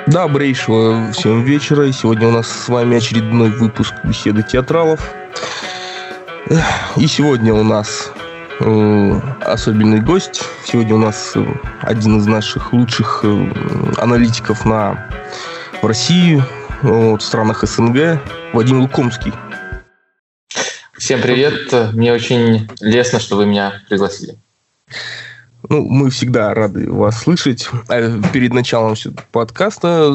Добрейшего всем вечера. И сегодня у нас с вами очередной выпуск беседы театралов. И сегодня у нас особенный гость. Сегодня у нас один из наших лучших аналитиков в России, в странах СНГ, Вадим Лукомский. Всем привет. Мне очень лестно, что вы меня пригласили. Мы всегда рады вас слышать. Перед началом подкаста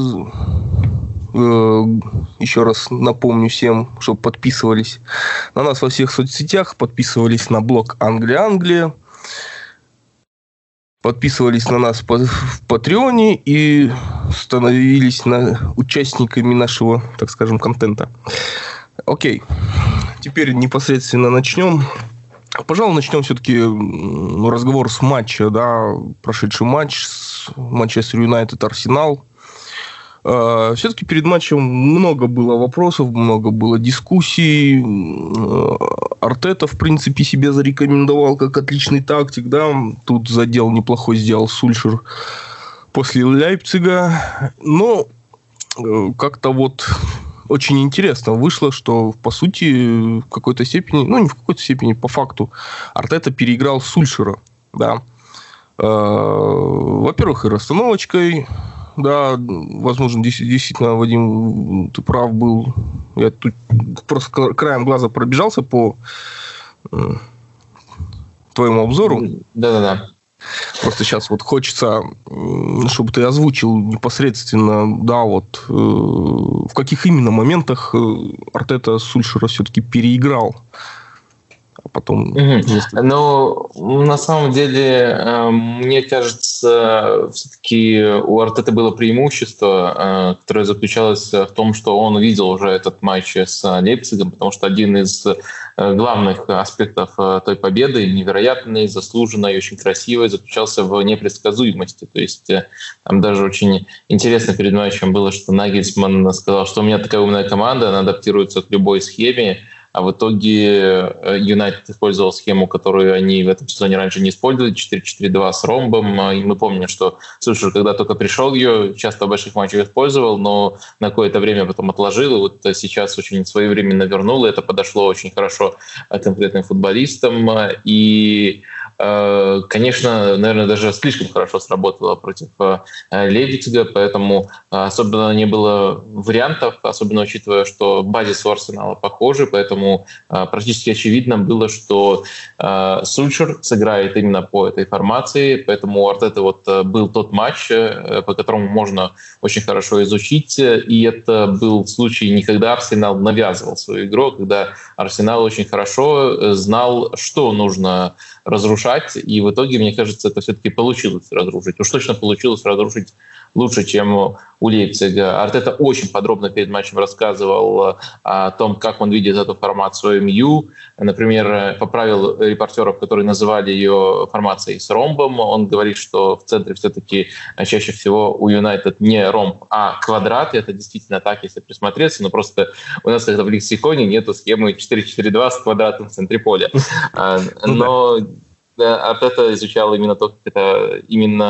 еще раз напомню всем, чтобы подписывались на нас во всех соцсетях, подписывались на блог Англия, подписывались на нас в Патреоне и становились участниками нашего, так скажем, контента. Окей, теперь непосредственно начнем. Пожалуй, начнем все-таки разговор с матча, прошедший матч с Манчестер Юнайтед Арсенал. Все-таки перед матчем много было вопросов, много было дискуссий. Артета, в принципе, себя зарекомендовал как отличный тактик, Тут задел неплохой сделал Сульшер после Лейпцига. Но как-то очень интересно вышло, что, по сути, в какой-то степени, не в какой-то степени, по факту, Артета переиграл Сульшера, Во-первых, и расстановочкой, возможно, действительно, Вадим, ты прав был. Я тут просто краем глаза пробежался по твоему обзору. Да-да-да. Просто сейчас хочется, чтобы ты озвучил непосредственно, в каких именно моментах Артета Сульшера все-таки переиграл. А потом... На самом деле, мне кажется, все-таки у Артета было преимущество, которое заключалось в том, что он видел уже этот матч с Лейпцигом, потому что один из главных аспектов той победы, невероятной, заслуженной, очень красивой, заключался в непредсказуемости. То есть там даже очень интересно перед матчем было, что Нагельсман сказал, что у меня такая умная команда, она адаптируется к любой схеме, а в итоге Юнайтед использовал схему, которую они в этом сезоне раньше не использовали, 4-4-2 с ромбом. И мы помним, что Сульшер, когда только пришел, ее часто в больших матчах использовал, но на какое-то время потом отложил. И сейчас очень своевременно вернул. И это подошло очень хорошо конкретным футболистам. И конечно, наверное, даже слишком хорошо сработало против Лейпцига, поэтому особенно не было вариантов, особенно учитывая, что базис у Арсенала похожи, поэтому практически очевидно было, что Сульшер сыграет именно по этой формации, поэтому у Артета был тот матч, по которому можно очень хорошо изучить, и это был случай не когда Арсенал навязывал свою игру, а когда Арсенал очень хорошо знал, что нужно разрушать, и в итоге, мне кажется, это все-таки получилось разрушить. Уж точно получилось разрушить лучше, чем у Лейпцига. Артета очень подробно перед матчем рассказывал о том, как он видит эту формацию МЮ. Например, поправил репортеров, которые называли ее формацией с ромбом. Он говорит, что в центре все-таки чаще всего у Юнайтед не ромб, а квадрат. И это действительно так, если присмотреться. Но просто у нас когда в лексиконе нету схемы 4-4-2 с квадратом в центре поля. Но Артета изучал именно то, как это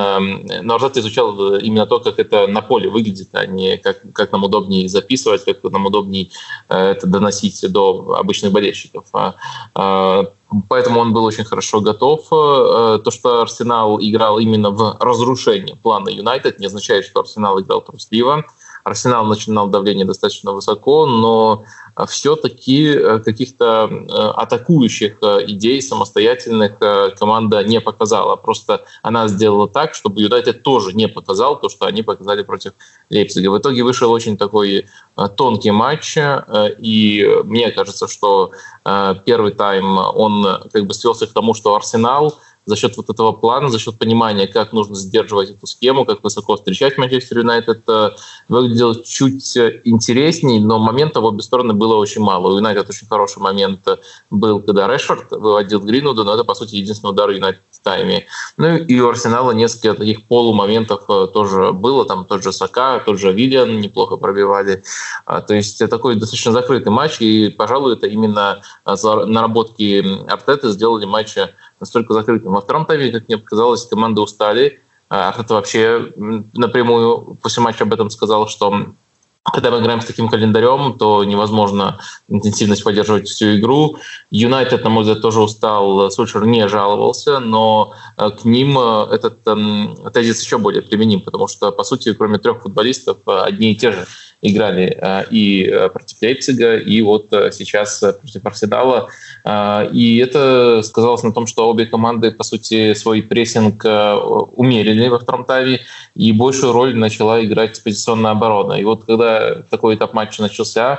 на поле выглядит, а не как нам удобнее записывать, как нам удобнее это доносить до обычных болельщиков. Поэтому он был очень хорошо готов. То, что Арсенал играл именно в разрушение плана Юнайтед, не означает, что Арсенал играл трусливо. Арсенал начинал давление достаточно высоко, но все-таки каких-то атакующих идей самостоятельных команда не показала. Просто она сделала так, чтобы Юнайтед тоже не показал то, что они показали против Лейпцига. В итоге вышел очень такой тонкий матч, и мне кажется, что первый тайм он свелся к тому, что Арсенал за счет этого плана, за счет понимания, как нужно сдерживать эту схему, как высоко встречать Манчестер Юнайтед, выглядело чуть интересней, но моментов в обе стороны было очень мало. У Юнайтед очень хороший момент был, когда Решфорд выводил Гринвуда, но это, по сути, единственный удар Юнайтед в тайме. И у Арсенала несколько таких полумоментов тоже было, там тот же Сака, тот же Виллиан неплохо пробивали. То есть такой достаточно закрытый матч, и, пожалуй, это именно наработки Артеты сделали матч настолько закрытым. Во втором тайме, как мне показалось, команды устали. Артета вообще напрямую после матча об этом сказал, что когда мы играем с таким календарем, то невозможно интенсивность поддерживать всю игру. Юнайтед, на мой взгляд, тоже устал. Сульшер не жаловался, но к ним этот тезис еще более применим, потому что, по сути, кроме 3 футболистов, одни и те же играли и против Лейпцига, и вот сейчас против Арсенала. И это сказалось на том, что обе команды, по сути, свой прессинг умерили во втором тайме, и большую роль начала играть позиционная оборона. И вот когда такой этап матча начался,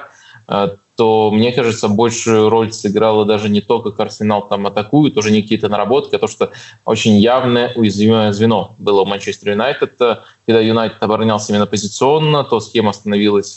то, мне кажется, большую роль сыграло даже не то, как Арсенал там атакует, уже не какие-то наработки, а то, что очень явное уязвимое звено было у Манчестер Юнайтед. Когда Юнайтед оборонялся именно позиционно, то схема становилась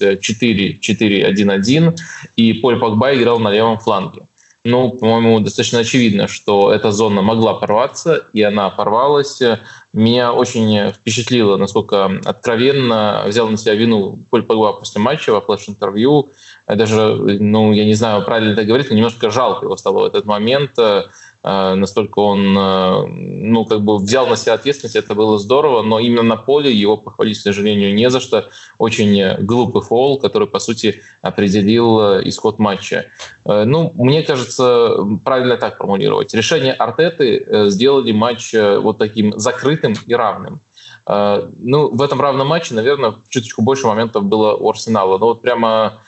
4-4-1-1, и Поль Погба играл на левом фланге. Ну, по-моему, достаточно очевидно, что эта зона могла порваться, и она порвалась. Меня очень впечатлило, насколько откровенно взял на себя вину Поль Погба после матча во флеш-интервью. Даже, ну, я не знаю, правильно это говорить, но немножко жалко его стало в этот момент. Настолько он, ну, как бы взял на себя ответственность, это было здорово, но именно на поле его похвалить, к сожалению, не за что. Очень глупый фол, который, по сути, определил исход матча. Ну, мне кажется, правильно так формулировать. Решение Артеты сделали матч вот таким закрытым и равным. Ну, в этом равном матче, наверное, чуточку больше моментов было у Арсенала. Но вот прямо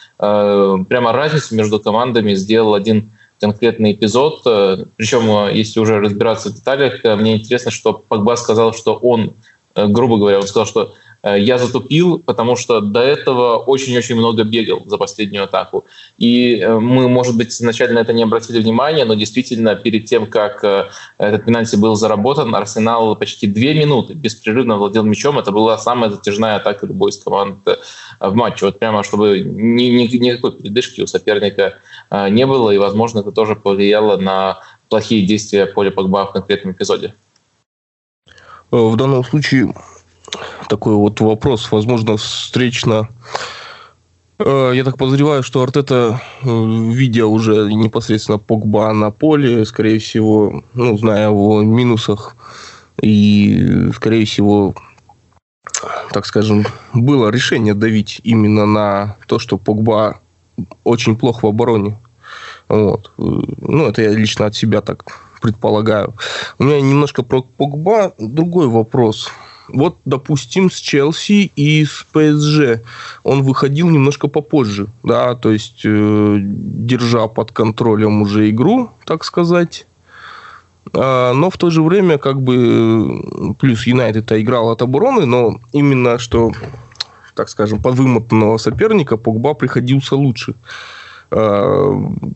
разницу между командами сделал один конкретный эпизод. Причем, если уже разбираться в деталях, мне интересно, что Погба сказал, что он, грубо говоря, он сказал, что я затупил, потому что до этого очень-очень много бегал за последнюю атаку. И мы, может быть, изначально на это не обратили внимания, но действительно перед тем, как этот пенальти был заработан, Арсенал почти 2 минуты беспрерывно владел мячом. Это была самая затяжная атака любой из команд в матче. Вот прямо, чтобы никакой передышки у соперника не было, и, возможно, это тоже повлияло на плохие действия Поля Погба в конкретном эпизоде. В данном случае такой вот вопрос, возможно, встречно. Я так подозреваю, что Артета, видя уже непосредственно Погба на поле, скорее всего, ну, зная о его минусах, и, скорее всего, так скажем, было решение давить именно на то, что Погба очень плох в обороне. Вот. Ну, это я лично от себя так предполагаю. У меня немножко про Погба другой вопрос. Вот, допустим, с Челси и с ПСЖ он выходил немножко попозже, да, то есть держа под контролем уже игру, так сказать. Но в то же время, как бы, плюс Юнайтед играл от обороны, но именно что, так скажем, под вымотанного соперника Погба приходился лучше. На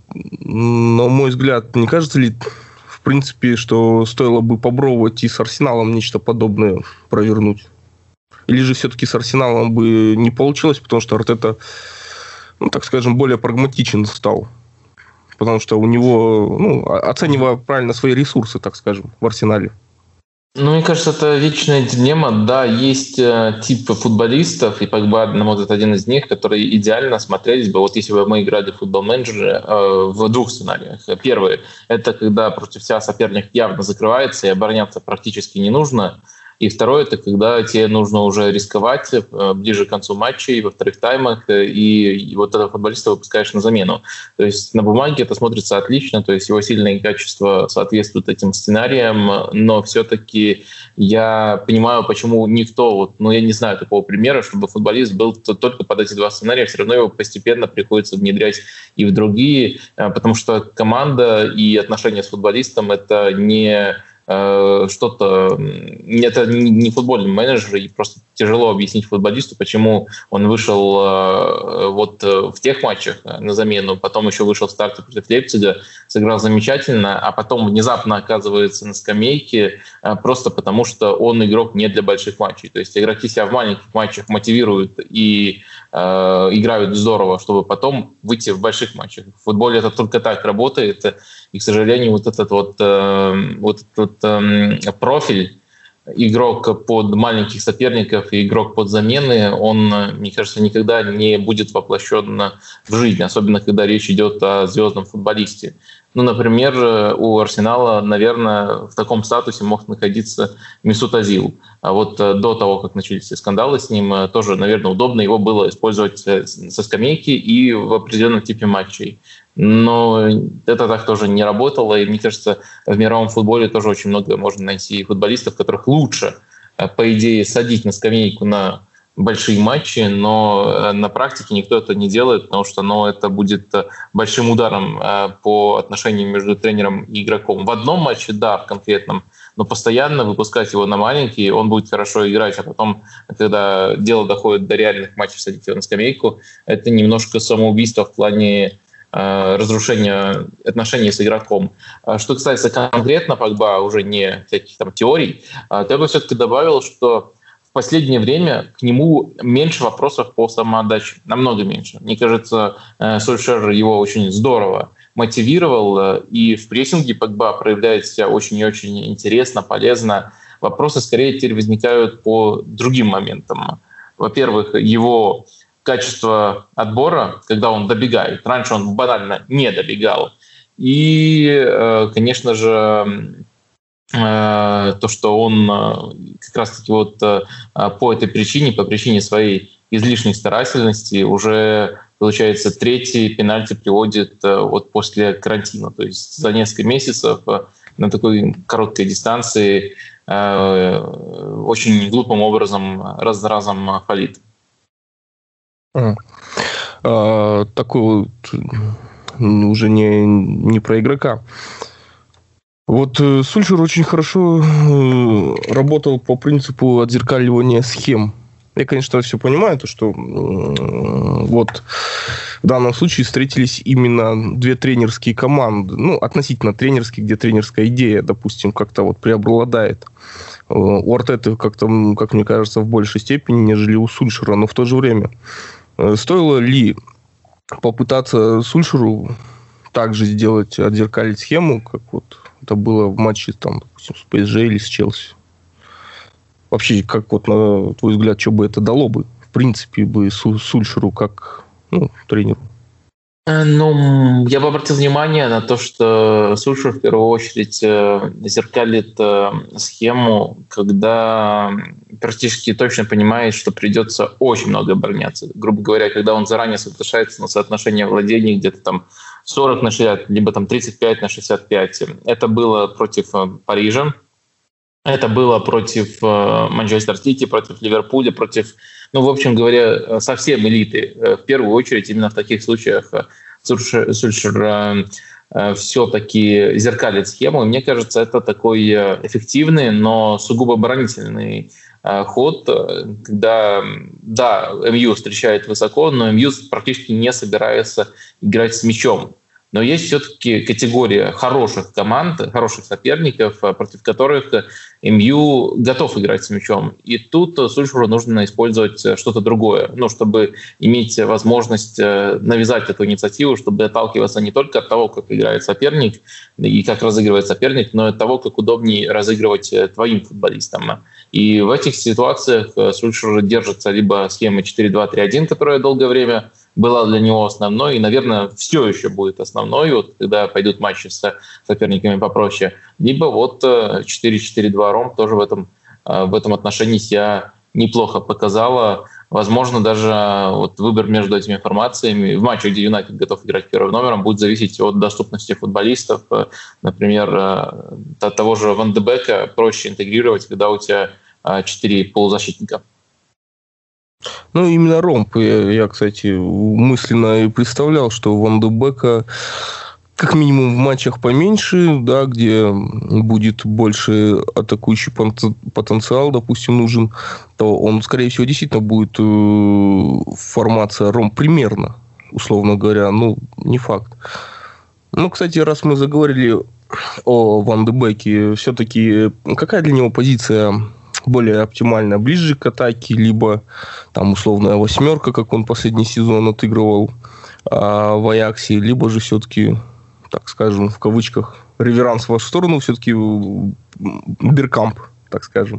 мой взгляд, не кажется ли, в принципе, что стоило бы попробовать и с Арсеналом нечто подобное провернуть? Или же все-таки с Арсеналом бы не получилось, потому что Артета, ну, так скажем, более прагматичен стал? Потому что у него, ну, оценивая правильно свои ресурсы, так скажем, в Арсенале. Ну, мне кажется, это вечная дилемма. Да, есть типы футболистов, и Погба, на мой взгляд, один из них, которые идеально смотрелись бы, вот если бы мы играли в футбол-менеджере в 2 сценариях. Первый – это когда против тебя соперник явно закрывается, и обороняться практически не нужно. И второе – это когда тебе нужно уже рисковать ближе к концу матча и во вторых таймах, и вот этого футболиста выпускаешь на замену. То есть на бумаге это смотрится отлично, то есть его сильные качества соответствуют этим сценариям, но все-таки я понимаю, почему никто, вот, ну я не знаю такого примера, чтобы футболист был только под эти 2 сценария, все равно его постепенно приходится внедрять и в другие, потому что команда и отношения с футболистом – это не что-то, это не футбольный менеджер, и просто тяжело объяснить футболисту, почему он вышел вот в тех матчах на замену, потом еще вышел в старте против Лейпцига, сыграл замечательно, а потом внезапно оказывается на скамейке просто потому, что он игрок не для больших матчей. То есть игроки себя в маленьких матчах мотивируют и играют здорово, чтобы потом выйти в больших матчах. В футболе это только так работает, и, к сожалению, вот этот профиль игрок под маленьких соперников и игрок под замены, он, мне кажется, никогда не будет воплощен в жизнь, особенно когда речь идет о звездном футболисте. Ну, например, у Арсенала, наверное, в таком статусе мог находиться Месут Озил. А вот до того, как начались все скандалы с ним, тоже, наверное, удобно его было использовать со скамейки и в определенном типе матчей. Но это так тоже не работало, и мне кажется, в мировом футболе тоже очень много можно найти футболистов, которых лучше, по идее, садить на скамейку на большие матчи, но на практике никто это не делает, потому что это будет большим ударом по отношениям между тренером и игроком. В одном матче, да, в конкретном, но постоянно выпускать его на маленький, он будет хорошо играть, а потом, когда дело доходит до реальных матчей, садить его на скамейку, это немножко самоубийство в плане разрушения отношений с игроком. Что касается конкретно Погба, уже не всяких там теорий, я бы все-таки добавил, что в последнее время к нему меньше вопросов по самоотдаче, намного меньше. Мне кажется, Сульшер его очень здорово мотивировал, и в прессинге Погба проявляет себя очень и очень интересно, полезно. Вопросы скорее теперь возникают по другим моментам. Во-первых, его качество отбора, когда он добегает. Раньше он банально не добегал. И, конечно же, то, что он как раз-таки вот по этой причине, по причине своей излишней старательности, уже, получается, третий пенальти приводит вот после карантина. То есть за несколько месяцев на такой короткой дистанции очень глупым образом раз за разом фалит. Такой вот уже не про игрока. Вот Сульшер очень хорошо работал по принципу отзеркаливания схем. Я, конечно, все понимаю, то, что вот в данном случае встретились именно две тренерские команды. Ну, относительно тренерские, где тренерская идея, допустим, как-то вот преобладает. У Артеты как-то, как мне кажется, в большей степени, нежели у Сульшера. Но в то же время стоило ли попытаться Сульшеру также сделать, отзеркалить схему, как вот это было в матче, там, допустим, с ПСЖ или с Челси? Вообще, как вот на твой взгляд, что бы это дало бы, в принципе, бы Сульшеру как тренеру? Ну, я бы обратил внимание на то, что Сульшер в первую очередь зеркалит схему, когда практически точно понимает, что придется очень много обороняться. Грубо говоря, когда он заранее соглашается на соотношение владений где-то там 40/60, либо там 35/65. Это было против Парижа, это было против Манчестер Сити, против Ливерпуля, против, в общем говоря, совсем элиты. В первую очередь именно в таких случаях Сульшер все-таки зеркалит схему. И мне кажется, это такой эффективный, но сугубо оборонительный ход, когда, да, МЮ встречает высоко, но МЮ практически не собирается играть с мячом. Но есть все-таки категория хороших команд, хороших соперников, против которых МЮ готов играть с мячом. И тут Сульшеру нужно использовать что-то другое, чтобы иметь возможность навязать эту инициативу, чтобы отталкиваться не только от того, как играет соперник и как разыгрывает соперник, но и от того, как удобнее разыгрывать твоим футболистам. И в этих ситуациях Сульшер держится либо схемы 4-2-3-1, которая долгое время была для него основной и, наверное, все еще будет основной, вот, когда пойдут матчи с соперниками попроще. Либо вот 4-4-2 Ром тоже в этом отношении себя неплохо показала. Возможно, даже вот выбор между этими формациями в матче, где Юнайтед готов играть первым номером, будет зависеть от доступности футболистов. Например, от того же Ван де Бека проще интегрировать, когда у тебя 4 полузащитника. Именно ромб. Я, кстати, мысленно и представлял, что у Ван де Бека как минимум в матчах поменьше, да, где будет больше атакующий потенциал, допустим, нужен, то он, скорее всего, действительно будет формация ромб примерно, условно говоря, не факт. Кстати, раз мы заговорили о Ван де Беке, все-таки какая для него позиция более оптимально, ближе к атаке, либо там условная восьмерка, как он последний сезон отыгрывал в Аяксе, либо же все-таки, так скажем, в кавычках, реверанс в вашу сторону, все-таки Беркамп, так скажем,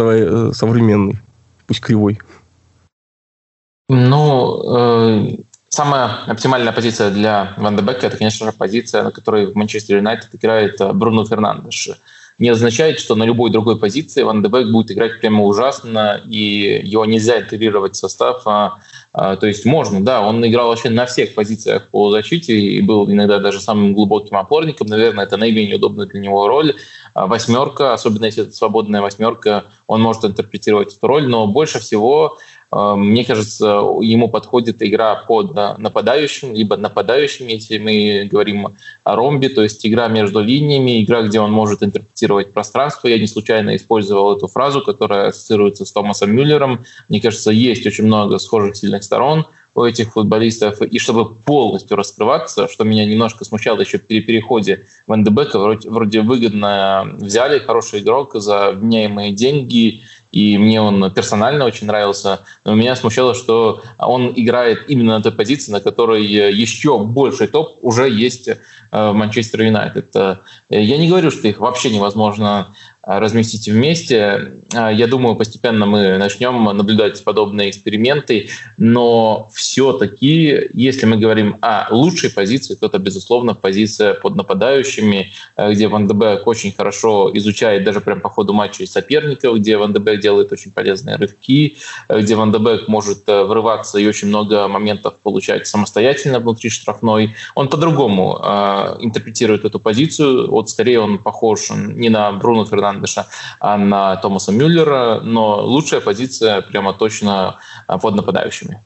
современный, пусть кривой. Самая оптимальная позиция для Ван де Бека — это, конечно же, позиция, на которой в Манчестер Юнайтед играет Бруно Фернандеш. Не означает, что на любой другой позиции Ван де Бек будет играть прямо ужасно, и его нельзя интегрировать в состав. То есть можно, да, он играл вообще на всех позициях по защите и был иногда даже самым глубоким опорником. Наверное, это наименее удобная для него роль. Восьмерка, особенно если это свободная восьмерка, он может интерпретировать эту роль, но больше всего, мне кажется, ему подходит игра под нападающим, либо нападающим, если мы говорим о ромбе, то есть игра между линиями, игра, где он может интерпретировать пространство. Я не случайно использовал эту фразу, которая ассоциируется с Томасом Мюллером. Мне кажется, есть очень много схожих сильных сторон у этих футболистов, и чтобы полностью раскрываться, что меня немножко смущало еще при переходе Ван де Бека, вроде выгодно взяли, хороший игрок за вменяемые деньги, и мне он персонально очень нравился, но меня смущало, что он играет именно на той позиции, на которой еще больший топ уже есть в Манчестер Юнайтед. Я не говорю, что их вообще невозможно разместить вместе. Я думаю, постепенно мы начнем наблюдать подобные эксперименты, но все-таки, если мы говорим о лучшей позиции, то это, безусловно, позиция под нападающими, где Ван де Бек очень хорошо изучает даже прям по ходу матча соперников, где Ван де Бек делает очень полезные рывки, где Ван де Бек может врываться и очень много моментов получать самостоятельно внутри штрафной. Он по-другому интерпретирует эту позицию. Вот скорее он похож не на Бруно Фернандеша, а на Томаса Мюллера, но лучшая позиция прямо точно под нападающими.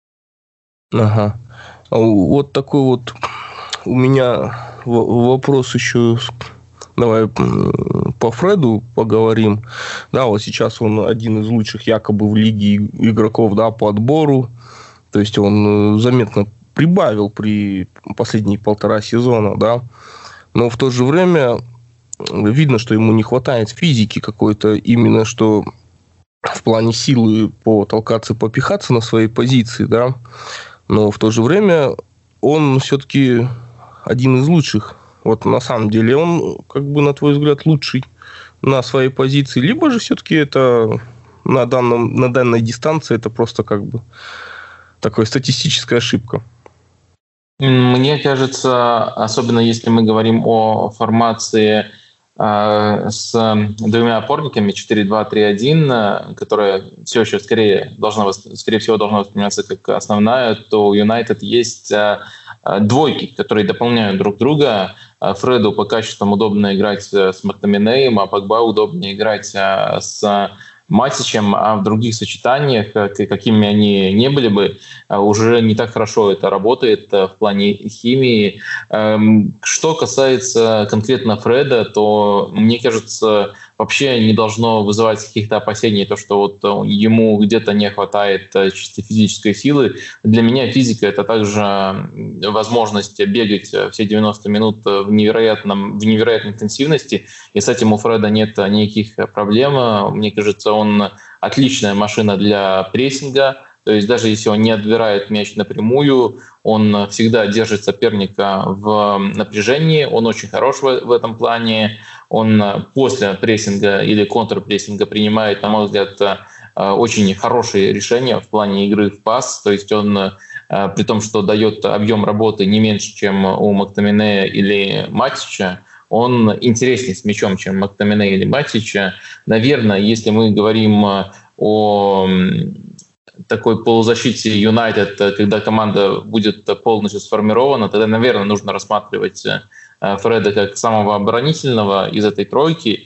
Ага. Вот такой вот у меня вопрос еще. Давай по Фреду поговорим. Да, вот сейчас он один из лучших якобы в лиге игроков, да, по отбору. То есть он заметно прибавил при последние 1,5 сезона, да. Но в то же время видно, что ему не хватает физики какой-то, именно что в плане силы потолкаться, попихаться на своей позиции, да. Но в то же время он все-таки один из лучших. Вот на самом деле он, как бы, на твой взгляд, лучший на своей позиции, либо же все-таки это на данной дистанции это просто как бы такая статистическая ошибка. Мне кажется, особенно если мы говорим о формации с двумя опорниками 4-2-3-1, которая все еще скорее всего должна восприниматься как основная, то у Юнайтед есть двойки, которые дополняют друг друга. Фреду по качествам удобно играть с Мактоминеем, а Погба удобнее играть с Матичем, а в других сочетаниях, какими они не были бы, уже не так хорошо это работает в плане химии. Что касается конкретно Фреда, то, мне кажется, вообще не должно вызывать каких-то опасений то, что вот ему где-то не хватает чисто физической силы. Для меня физика — это также возможность бегать все 90 минут в невероятной интенсивности, и с этим у Фреда нет никаких проблем. Мне кажется, он отличная машина для прессинга. То есть даже если он не отбирает мяч напрямую, он всегда держит соперника в напряжении. Он очень хорош в этом плане. Он после прессинга или контрпрессинга принимает, на мой взгляд, очень хорошие решения в плане игры в пас. То есть он, при том, что дает объем работы не меньше, чем у Мактоминея или Матича, он интереснее с мячом, чем Мактоминей или Матича. Наверное, если мы говорим о такой полузащите Юнайтед, когда команда будет полностью сформирована, тогда, наверное, нужно рассматривать Фреда как самого оборонительного из этой тройки.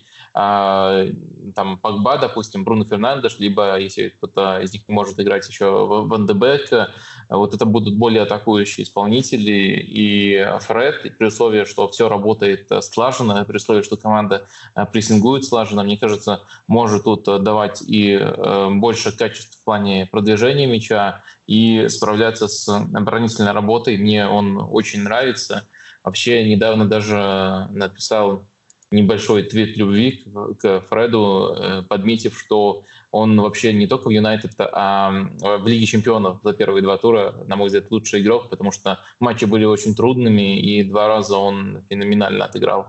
Там Погба, допустим, Бруно Фернандеш, либо, если кто-то из них не может играть, еще Ван де Бек. Вот это будут более атакующие исполнители. И Фред, при условии, что все работает слаженно, при условии, что команда прессингует слаженно, мне кажется, может тут давать и больше качеств в плане продвижения мяча и справляться с оборонительной работой. Мне он очень нравится. Вообще, недавно даже написал небольшой твит любви к Фреду, подметив, что он вообще не только в Юнайтед, а в Лиге чемпионов за первые 2 тура, на мой взгляд, лучший игрок, потому что матчи были очень трудными, и 2 раза он феноменально отыграл.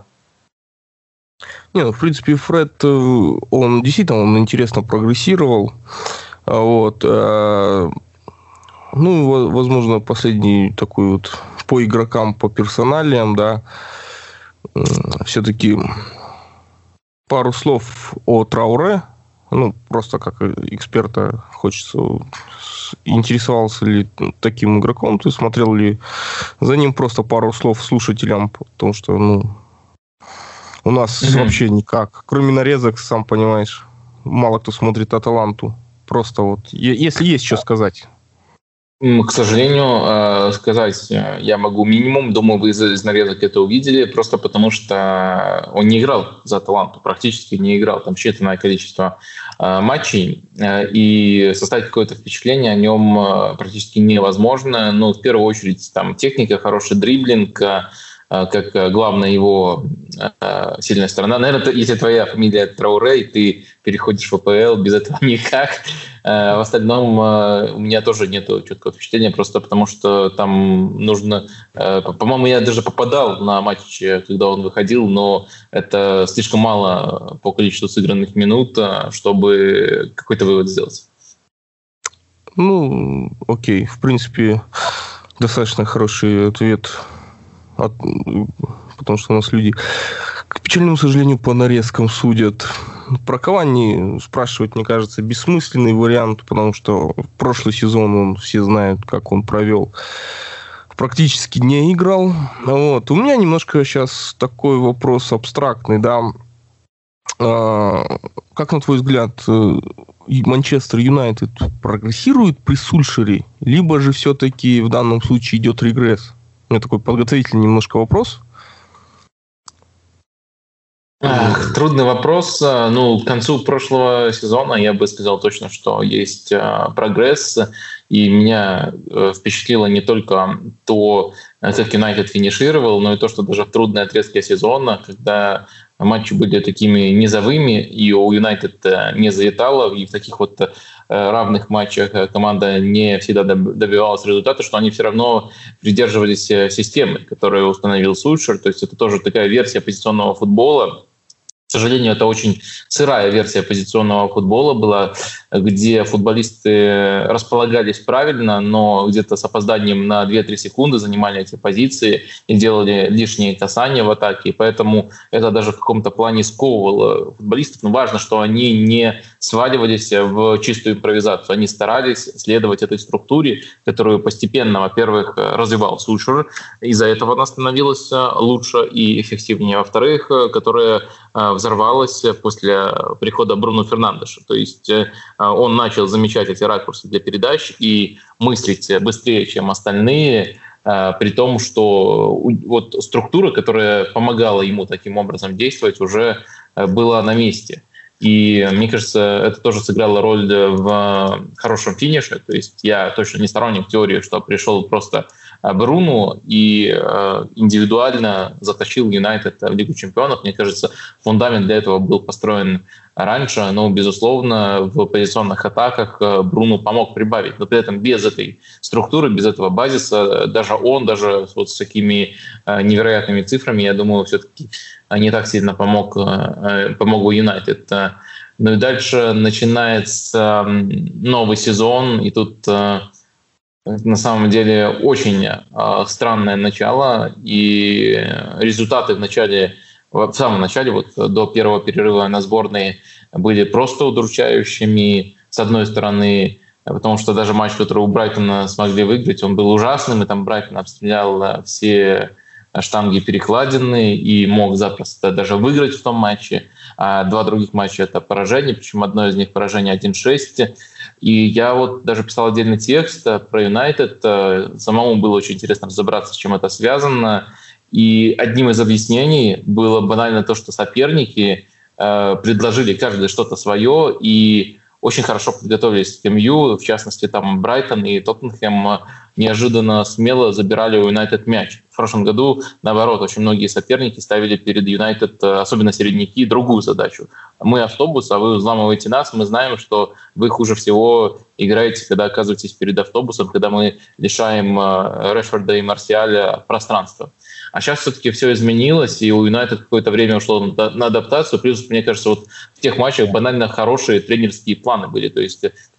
Не, в принципе, Фред, он действительно интересно прогрессировал. Вот. Ну, возможно, последний такой вот по игрокам, по персоналиям, да, все-таки пару слов о Трауре. Ну, просто как эксперта хочется... Интересовался ли таким игроком? Ты смотрел ли за ним? Просто пару слов слушателям, потому что, ну, у нас вообще никак. Кроме нарезок, сам понимаешь, мало кто смотрит Аталанту. Просто вот, если есть что сказать. К сожалению, сказать я могу минимум. Думаю, вы из нарезок это увидели, просто потому что он не играл за Аталанту, практически не играл. Там считанное количество матчей, и составить какое-то впечатление о нем практически невозможно. Ну, в первую очередь, там техника, хороший дриблинг, как главная его сильная сторона. Наверное, если твоя фамилия Трауре, и ты переходишь в АПЛ, без этого никак. В остальном у меня тоже нет четкого впечатления, просто потому что там нужно... По-моему, я даже попадал на матч, когда он выходил, но это слишком мало по количеству сыгранных минут, чтобы какой-то вывод сделать. Ну, окей. В принципе, достаточно хороший ответ, потому что у нас люди, к печальному сожалению, по нарезкам судят. Про Кавани спрашивать, мне кажется, бессмысленный вариант, потому что прошлый сезон он, все знают, как он провел, практически не играл. Вот. У меня немножко сейчас такой вопрос абстрактный, да. Как, на твой взгляд, Манчестер Юнайтед прогрессирует при Сульшере, либо же все-таки в данном случае идет регресс? У меня такой подготовительный немножко вопрос. Трудный вопрос. Ну, к концу прошлого сезона я бы сказал точно, что есть прогресс. И меня впечатлило не только то, как Юнайтед финишировал, но и то, что даже в трудные отрезки сезона, когда матчи были такими низовыми, и у Юнайтед не залетало, и в таких вот равных матчах команда не всегда добивалась результата, что они все равно придерживались системы, которую установил Сульшер. То есть это тоже такая версия позиционного футбола. К сожалению, это очень сырая версия позиционного футбола была, где футболисты располагались правильно, но где-то с опозданием на 2-3 секунды занимали эти позиции и делали лишние касания в атаке. И поэтому это даже в каком-то плане сковывало футболистов. Но важно, что они не сваливались в чистую импровизацию. Они старались следовать этой структуре, которую постепенно, во-первых, развивал Сульшер. Из-за этого она становилась лучше и эффективнее. Во-вторых, которая взорвалась после прихода Бруно Фернандеша. То есть он начал замечать эти ракурсы для передач и мыслить быстрее, чем остальные, при том, что вот структура, которая помогала ему таким образом действовать, уже была на месте. И мне кажется, это тоже сыграло роль в хорошем финише. То есть я точно не сторонник теории, что пришел просто Бруно и индивидуально затащил Юнайтед в Лигу чемпионов. Мне кажется, фундамент для этого был построен раньше, но, безусловно, в позиционных атаках Бруно помог прибавить. Но при этом без этой структуры, без этого базиса, даже вот с такими невероятными цифрами, я думаю, все-таки не так сильно помог Юнайтед. Ну и дальше начинается новый сезон, и тут на самом деле очень странное начало, и результаты в самом начале, вот до первого перерыва на сборной, были просто удручающими, с одной стороны, потому что даже матч, который у Брайтона смогли выиграть, он был ужасным, и там Брайтон обстрелял все штанги перекладины и мог запросто даже выиграть в том матче. А два других матча — это поражение, причем одно из них поражение 1-6. И я вот даже писал отдельный текст про Юнайтед. Самому было очень интересно разобраться, с чем это связано. И одним из объяснений было банально то, что соперники предложили каждый что-то свое и очень хорошо подготовились к МЮ. В частности, там Брайтон и Тоттенхэм неожиданно смело забирали у Юнайтед мяч. В прошлом году, наоборот, очень многие соперники ставили перед Юнайтед, особенно середняки, другую задачу. Мы автобус, а вы взламываете нас. Мы знаем, что вы хуже всего играете, когда оказываетесь перед автобусом, когда мы лишаем Решфорда и Марсиаля пространства. А сейчас все-таки все изменилось, и у Юнайтед какое-то время ушло на адаптацию. Плюс, мне кажется, вот в тех матчах банально хорошие тренерские планы были. То есть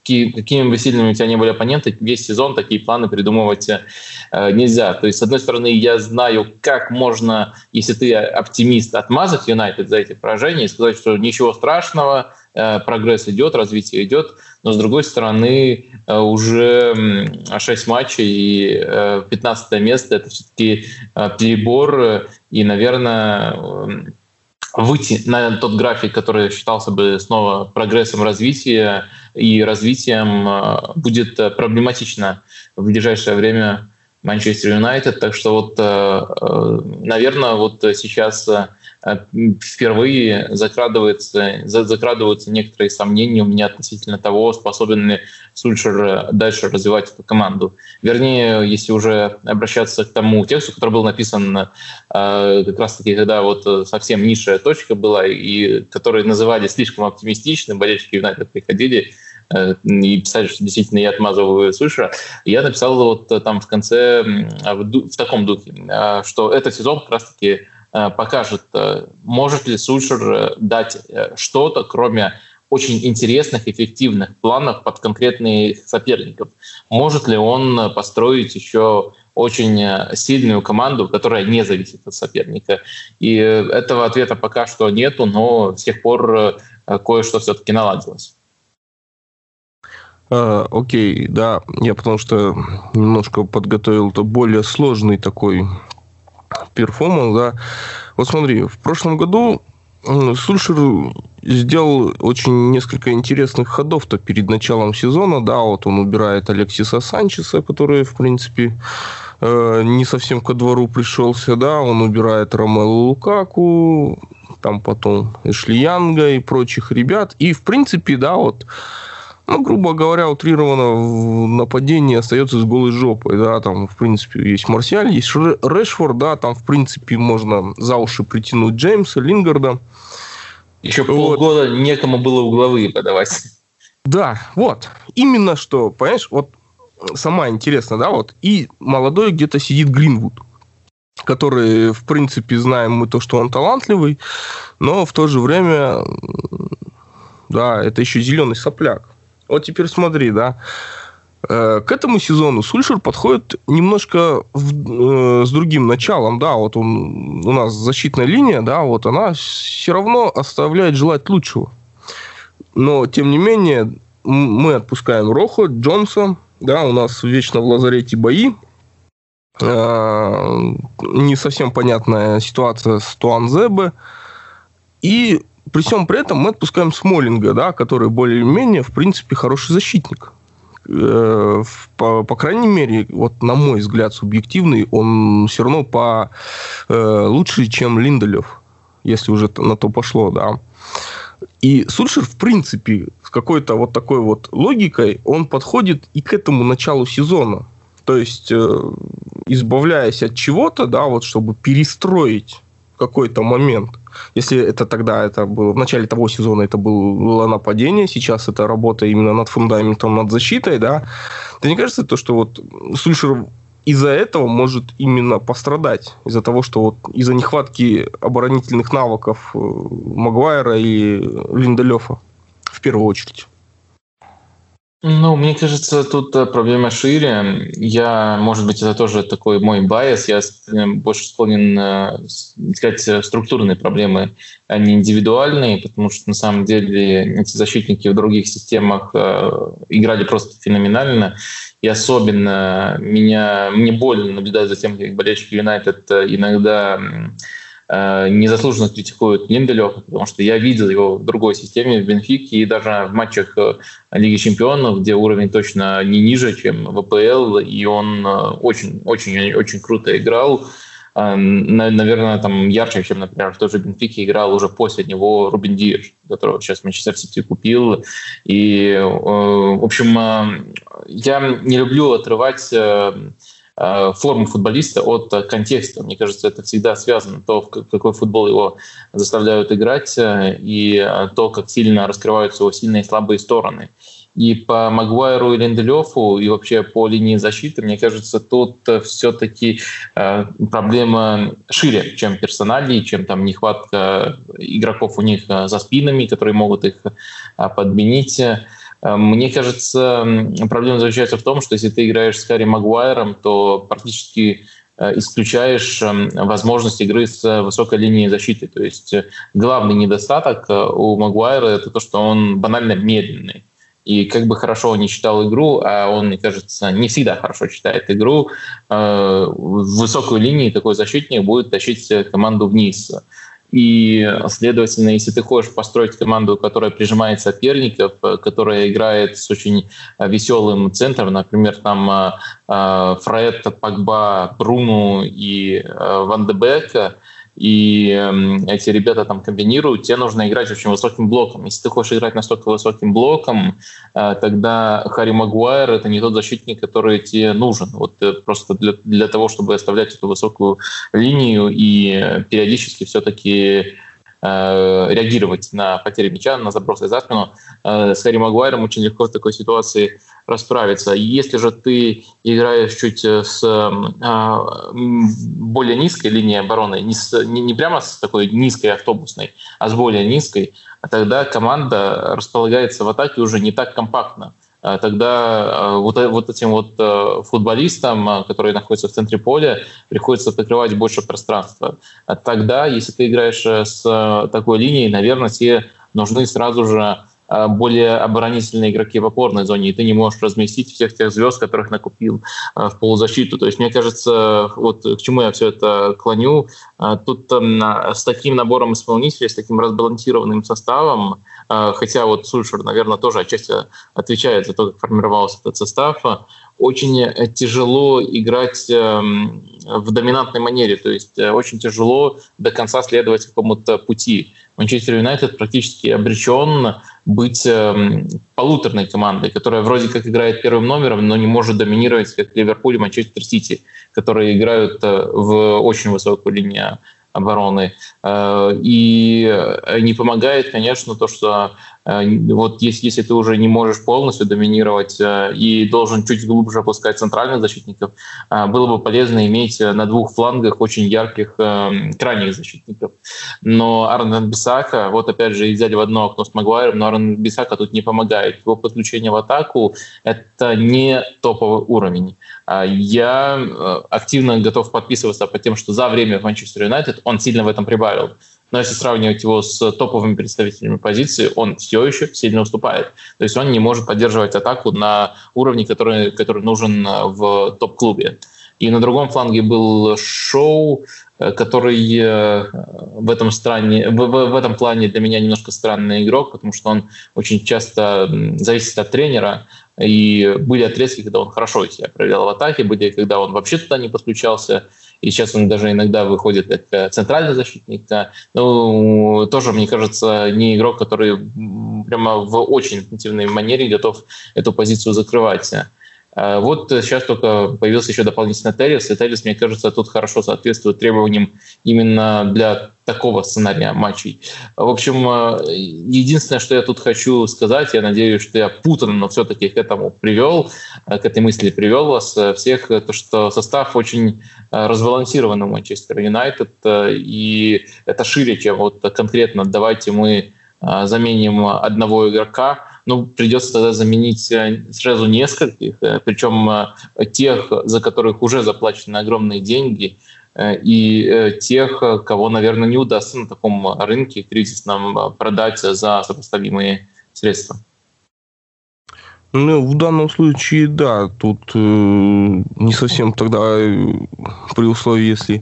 какими бы сильными у тебя не были оппоненты, весь сезон такие планы придумывать нельзя. То есть, с одной стороны, я знаю, как можно, если ты оптимист, отмазать Юнайтед за эти поражения и сказать, что ничего страшного, прогресс идет, развитие идет, но, с другой стороны, уже 6 матчей и 15 место – это все-таки перебор, и, наверное, выйти на тот график, который считался бы снова прогрессом развития и развитием, будет проблематично в ближайшее время Манчестер Юнайтед. Так что вот, наверное, вот сейчас впервые закрадываются некоторые сомнения у меня относительно того, способен ли Сульшер дальше развивать эту команду. Вернее, если уже обращаться к тому тексту, который был написан как раз-таки, когда вот совсем низшая точка была, и который называли слишком оптимистичным, болельщики Юнайтед приходили и писали, что действительно я отмазываю Сульшера, я написал вот там в конце в таком духе, что этот сезон как раз-таки покажет, может ли Сульшер дать что-то, кроме очень интересных, эффективных планов под конкретных соперников. Может ли он построить еще очень сильную команду, которая не зависит от соперника? И этого ответа пока что нету, но с тех пор кое-что все-таки наладилось. Окей, да, я потому что немножко подготовил более сложный такой перформанс, да. Вот смотри, в прошлом году Сульшер сделал очень несколько интересных ходов-то перед началом сезона, да, вот он убирает Алексиса Санчеса, который, в принципе, не совсем ко двору пришелся, да, он убирает Ромелу Лукаку, там потом Эшли Янга и прочих ребят, и, в принципе, да, вот, ну, грубо говоря, утрированно в нападении остается с голой жопой, да, там, в принципе, есть Марсиаль, есть Решфорд, да, там, в принципе, можно за уши притянуть Джеймса, Лингарда. Еще полгода некому было угловые подавать. Да, вот, именно что, понимаешь, вот, сама интересно, да, вот, и молодой где-то сидит Гринвуд, который, в принципе, знаем мы то, что он талантливый, но в то же время, да, это еще зеленый сопляк. Вот теперь смотри, да. К этому сезону Сульшер подходит немножко с другим началом, да, вот у нас защитная линия, да, вот она все равно оставляет желать лучшего. Но, тем не менее, мы отпускаем Рохо, Джонса, да, у нас вечно в лазарете бои. Не совсем понятная ситуация с Туанзебе. И при всем при этом мы отпускаем Смолинга, да, который более-менее, в принципе, хороший защитник. По крайней мере, вот на мой взгляд субъективный, он все равно лучше, чем Линделев, если уже на то пошло, да. И Сульшер, в принципе, с какой-то вот такой вот логикой, он подходит и к этому началу сезона. То есть, избавляясь от чего-то, да, вот, чтобы перестроить какой-то момент. Если это было в начале того сезона, это было нападение, сейчас это работа именно над фундаментом, над защитой, да. Тебе не кажется, что вот Сульшер из-за этого может именно пострадать? Из-за того, что вот из-за нехватки оборонительных навыков Магуайра и Линделёфа в первую очередь? Ну, мне кажется, тут проблема шире. Может быть, это тоже такой мой байс. Я больше склонен искать структурные проблемы, а не индивидуальные, потому что на самом деле эти защитники в других системах играли просто феноменально. И особенно мне больно наблюдать за тем, как болельщики Юнайтед иногда незаслуженно критикуют Линделёфа, потому что я видел его в другой системе, в Бенфике, и даже в матчах Лиги Чемпионов, где уровень точно не ниже, чем в АПЛ, и он очень круто играл. Наверное, там ярче, чем, например, в той же Бенфике играл уже после него Рубен Диаш, которого сейчас Манчестер Сити купил. И, в общем, я не люблю отрывать форму футболиста от контекста. Мне кажется, это всегда связано. То, в какой футбол его заставляют играть, и то, как сильно раскрываются его сильные и слабые стороны. И по Магуайру и Линделёфу, и вообще по линии защиты, мне кажется, тут все-таки проблема шире, чем персоналии, чем там нехватка игроков у них за спинами, которые могут их подменить. Мне кажется, проблема заключается в том, что если ты играешь с Харри Магуайром, то практически исключаешь возможность игры с высокой линией защиты. То есть главный недостаток у Магуайра — это то, что он банально медленный. И как бы хорошо он не читал игру, а он, мне кажется, не всегда хорошо читает игру, в высокой линии такой защитник будет тащить команду вниз. И, следовательно, если ты хочешь построить команду, которая прижимает соперников, которая играет с очень веселым центром, например, там Фред, Погба, Бруно и Ван де Бек, и эти ребята там комбинируют, тебе нужно играть очень высоким блоком. Если ты хочешь играть настолько высоким блоком, тогда Харри Магуайр — это не тот защитник, который тебе нужен. Вот просто для того, чтобы оставлять эту высокую линию и периодически все-таки реагировать на потери мяча, на забросы за спину, с Харри Магуайром очень легко в такой ситуации расправиться. Если же ты играешь чуть с более низкой линией обороны, не прямо с такой низкой автобусной, а с более низкой, тогда команда располагается в атаке уже не так компактно. Тогда вот этим вот футболистам, которые находятся в центре поля, приходится покрывать больше пространства. Тогда, если ты играешь с такой линией, наверное, тебе нужны сразу же более оборонительные игроки в опорной зоне, и ты не можешь разместить всех тех звезд, которых накупил в полузащиту. То есть, мне кажется, вот к чему я все это клоню, тут с таким набором исполнителей, с таким разбалансированным составом, хотя вот Сульшер, наверное, тоже отчасти отвечает за то, как формировался этот состав, очень тяжело играть в доминантной манере, то есть очень тяжело до конца следовать какому-то пути. Манчестер Юнайтед практически обречен быть полуторной командой, которая вроде как играет первым номером, но не может доминировать, как Ливерпуль и Манчестер Сити, которые играют в очень высокую линию обороны. И не помогает, конечно, то, что вот если ты уже не можешь полностью доминировать и должен чуть глубже опускать центральных защитников, было бы полезно иметь на двух флангах очень ярких крайних защитников. Но Aaron Wan-Bissaka, вот опять же, взяли в одно окно с Магуайром, но Aaron Wan-Bissaka тут не помогает. Его подключение в атаку — это не топовый уровень. Я активно готов подписываться по тем, что за время в Манчестер Юнайтед он сильно в этом прибавил. Но если сравнивать его с топовыми представителями позиции, он все еще сильно уступает. То есть он не может поддерживать атаку на уровне, который нужен в топ-клубе. И на другом фланге был Шоу, который в этом плане для меня немножко странный игрок, потому что он очень часто зависит от тренера. И были отрезки, когда он хорошо себя проявлял в атаке, были, когда он вообще туда не подключался. И сейчас он даже иногда выходит как центральный защитник. Ну, тоже, мне кажется, не игрок, который прямо в очень интенсивной манере готов эту позицию закрывать. Вот сейчас только появился еще дополнительно Телес, и Телес, мне кажется, тут хорошо соответствует требованиям именно для такого сценария матчей. В общем, единственное, что я тут хочу сказать, я надеюсь, что я путанно, но все-таки к этому привел, к этой мысли привел вас всех, то, что состав очень разбалансирован у Манчестер Юнайтед, и это шире, чем вот конкретно давайте мы заменим одного игрока. Ну, придется тогда заменить сразу нескольких, причем тех, за которых уже заплачены огромные деньги, и тех, кого, наверное, не удастся на таком рынке кризисном продать за сопоставимые средства. Ну, в данном случае, да, тут не совсем тогда при условии, если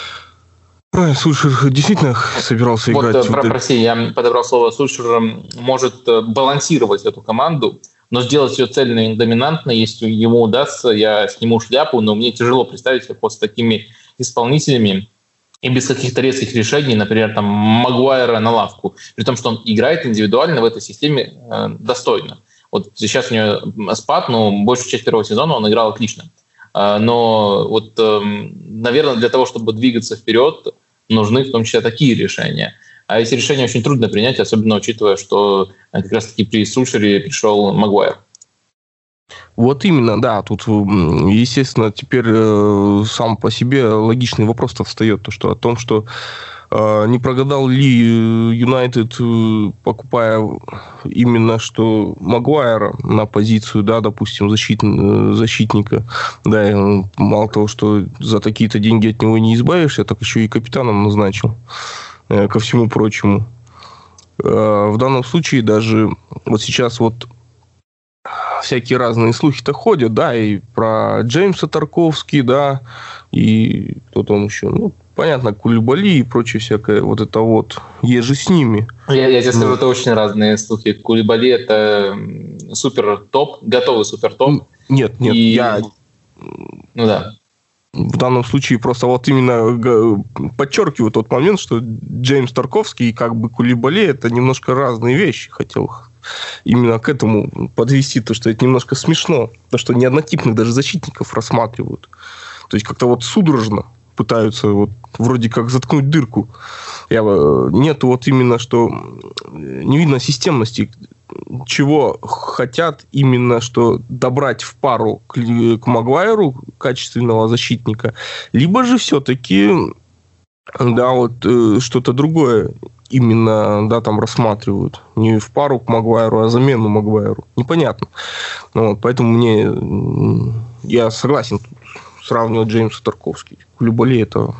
Сульшер действительно собирался играть. Прости, я подобрал слово. Сульшер может балансировать эту команду, но сделать ее цельной и доминантной, если ему удастся, я сниму шляпу, но мне тяжело представить его с такими исполнителями и без каких-то резких решений, например, там Магуайра на лавку, при том, что он играет индивидуально в этой системе достойно. Вот сейчас у него спад, но большую часть первого сезона он играл отлично. Но вот, наверное, для того, чтобы двигаться вперед, нужны в том числе такие решения. А эти решения очень трудно принять, особенно учитывая, что как раз-таки при Сульшере пришел Магуайр. Вот именно, да. Тут, естественно, теперь сам по себе логичный вопрос-то встает, то, что о том, что Не прогадал ли Юнайтед, покупая именно что Магуайра на позицию, да, допустим, защитника. Да, и мало того, что за такие-то деньги от него не избавишься, так еще и капитаном назначил, ко всему прочему. В данном случае даже вот сейчас вот всякие разные слухи-то ходят, да, и про Джеймса Тарковски, да, и кто там еще, ну, понятно, Кулибали и прочее всякое, вот это вот, еже с ними. Я тебе скажу, это очень разные слухи. Кулибали — это супер-топ, готовый супер-топ. Нет, я... Ну да. В данном случае просто вот именно подчеркиваю тот момент, что Джеймс Тарковский и как бы Кулибали — это немножко разные вещи. Хотел именно к этому подвести, то, что это немножко смешно. То, что не однотипных даже защитников рассматривают. То есть, как-то вот судорожно пытаются вот вроде как заткнуть дырку. Нет вот именно, что не видно системности, чего хотят именно, что добрать в пару к Магуайру качественного защитника, либо же все-таки, да, вот что-то другое именно, да, там рассматривают. Не в пару к Магуайру, а замену Магуайру. Непонятно. Вот, поэтому я согласен тут сравнивать Джеймса Тарковски. Кулибали — это...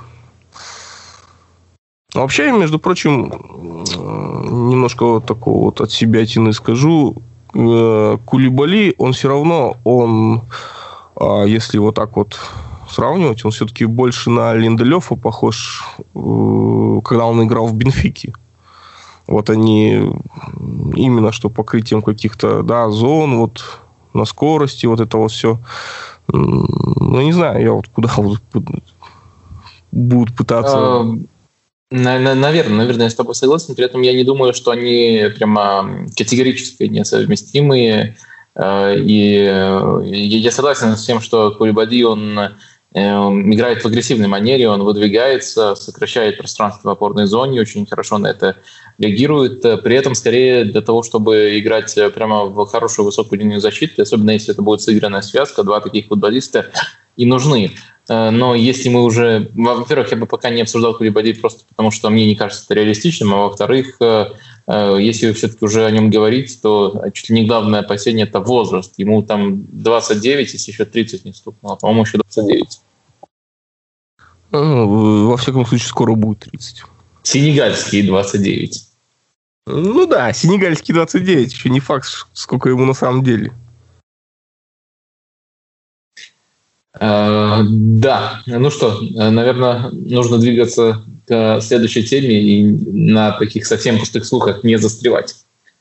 Вообще, между прочим, немножко вот такого вот от себя скажу. Кулибали, он все равно, если вот так вот сравнивать, он все-таки больше на Линделёфа похож, когда он играл в Бенфике. Вот они именно что покрытием каких-то, да, зон, вот на скорости, вот это вот все. Ну, не знаю, я вот куда вот будут пытаться... Наверное, я с тобой согласен. При этом я не думаю, что они прямо категорически несовместимые. И я согласен с тем, что Кулибали, он играет в агрессивной манере, он выдвигается, сокращает пространство в опорной зоне, очень хорошо на это реагирует. При этом скорее для того, чтобы играть прямо в хорошую высокую линию защиты, особенно если это будет сыгранная связка, два таких футболиста и нужны. Но если мы уже... Во-первых, я бы пока не обсуждал Кулибали просто потому, что мне не кажется это реалистичным, а во-вторых, если все-таки уже о нем говорить, то чуть ли не главное опасение — это возраст. Ему там 29, если еще 30 не стукнуло, по-моему, еще 29. Во всяком случае, скоро будет 30. Сенегальские 29. Ну да, сенегальские 29. Еще не факт, сколько ему на самом деле. Да, ну что, наверное, нужно двигаться к следующей теме и на таких совсем пустых слухах не застревать.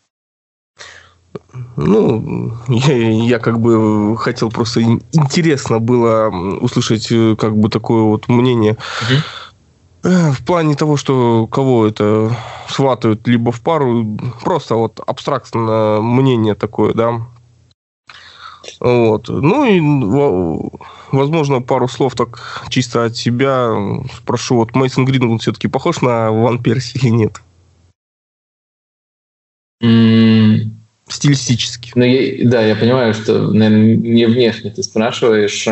Ну, я как бы хотел просто... Интересно было услышать как бы такое вот мнение в плане того, что кого это сватают либо в пару. Просто вот абстрактное мнение такое, да. Вот. Ну и, возможно, пару слов так чисто от себя спрошу. Вот Мейсон Гринвуд все-таки похож на Ван Перси или нет? Стилистически. Ну, я понимаю, что, наверное, не внешне ты спрашиваешь.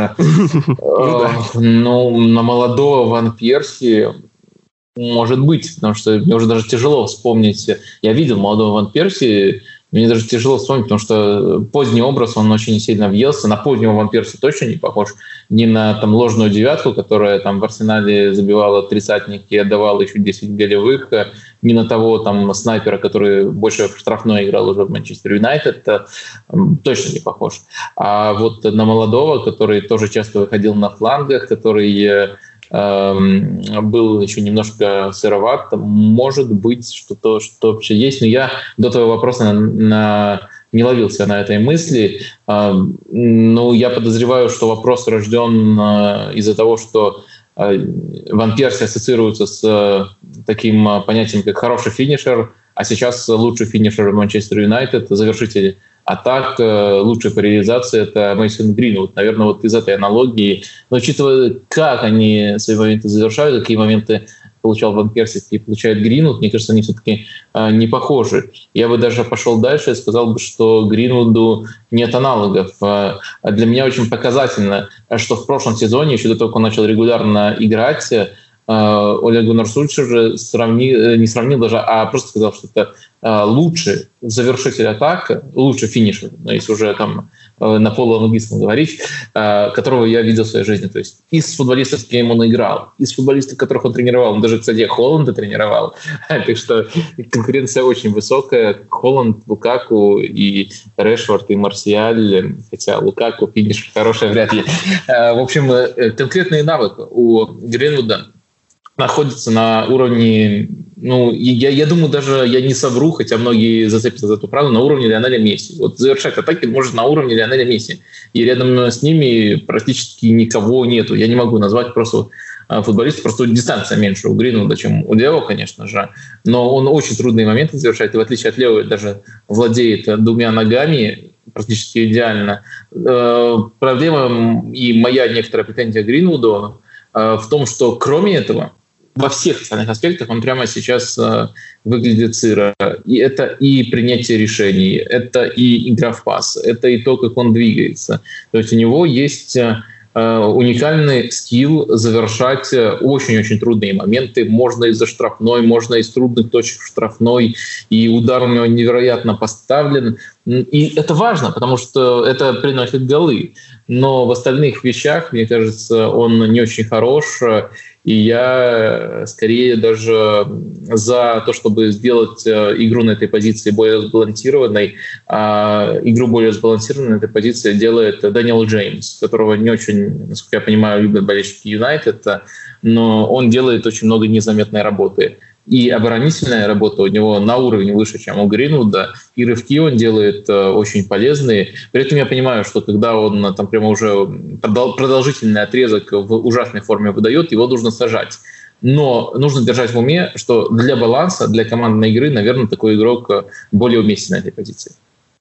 Ну, на молодого Ван Перси может быть, потому что мне уже даже тяжело вспомнить. Я видел молодого Ван Перси, мне даже тяжело вспомнить, потому что поздний образ, он очень сильно въелся. На позднего Ван Перси точно не похож. Не на там ложную девятку, которая там в Арсенале забивала тридцатник и отдавала еще 10 голевых. Не на того там снайпера, который больше в штрафной играл уже в Манчестер Юнайтед. Точно не похож. А вот на молодого, который тоже часто выходил на флангах, который был еще немножко сыроват, может быть, что-то вообще есть, но я до того вопроса не ловился на этой мысли. Но я подозреваю, что вопрос рожден из-за того, что Ван Перси ассоциируется с таким понятием, как хороший финишер, а сейчас лучший финишер Манчестер Юнайтед, завершитель атак, лучшая по реализации — это Мейсон Гринвуд. Наверное, вот из этой аналогии, но учитывая, как они свои моменты завершают, какие моменты получал Ван Перси, какие получает Гринвуд, мне кажется, они все-таки не похожи. Я бы даже пошел дальше и сказал бы, что Гринвуду нет аналогов. Для меня очень показательно, что в прошлом сезоне, еще до того, как он начал регулярно играть, Олег Гуннар Сульшер не сравнил даже, а просто сказал, что это лучший завершитель атак, лучший финишер, если уже там на полуанглийском говорить, которого я видел в своей жизни. То есть из футболистов, с кем он играл, из футболистов, которых он тренировал, он даже, кстати, Холланда тренировал. Так что конкуренция очень высокая. Холланд, Лукаку и Решфорд, и Марсиаль, хотя Лукаку финиш хороший вряд ли. В общем, конкретный навык у Гринвуда находится на уровне, я думаю, даже я не совру, хотя многие зацепятся за эту правду, на уровне Лионеля Месси. Вот завершать атаки может на уровне Лионеля Месси. И рядом с ними практически никого нету. Я не могу назвать просто футболистов, просто дистанция меньше у Гринвуда, чем у Лео, конечно же. Но он очень трудные моменты завершает, и в отличие от Лео даже владеет двумя ногами практически идеально. Проблема и моя некоторая претензия к Гринвуду в том, что кроме этого, во всех остальных аспектах он прямо сейчас выглядит сыро. И это и принятие решений, это и игра в пас, это и то, как он двигается. То есть у него есть уникальный скилл завершать очень-очень трудные моменты. Можно из-за штрафной, можно из трудных точек штрафной. И удар у него невероятно поставлен. И это важно, потому что это приносит голы. Но в остальных вещах, мне кажется, он не очень хорош. И я скорее даже за то, чтобы сделать игру на этой позиции более сбалансированной. А игру более сбалансированной на этой позиции делает Дэниел Джеймс, которого не очень, насколько я понимаю, любят болельщики Юнайтед, но он делает очень много незаметной работы. И оборонительная работа у него на уровне выше, чем у Гринвуда, и рывки он делает очень полезные. При этом я понимаю, что когда он там прямо уже продолжительный отрезок в ужасной форме выдает, его нужно сажать. Но нужно держать в уме, что для баланса, для командной игры, наверное, такой игрок более уместен на этой позиции.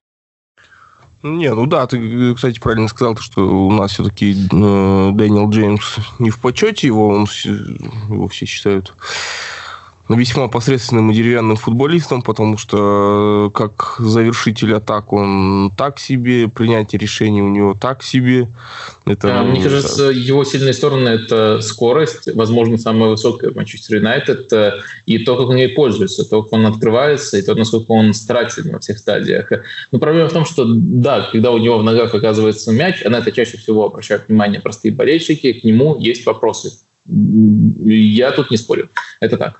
Ты, кстати, правильно сказал, что у нас все-таки Дэниел Джеймс не в почете, его все считают весьма посредственным и деревянным футболистом, потому что как завершитель атак он так себе, принятие решений у него так себе. Мне кажется, его сильные стороны – это скорость, возможно, самая высокая в Манчестер Юнайтед, и то, как он ей пользуется, то, как он открывается, и то, насколько он старательный во всех стадиях. Но проблема в том, что, да, когда у него в ногах оказывается мяч, на это чаще всего обращают внимание простые болельщики, к нему есть вопросы. Я тут не спорю. Это так.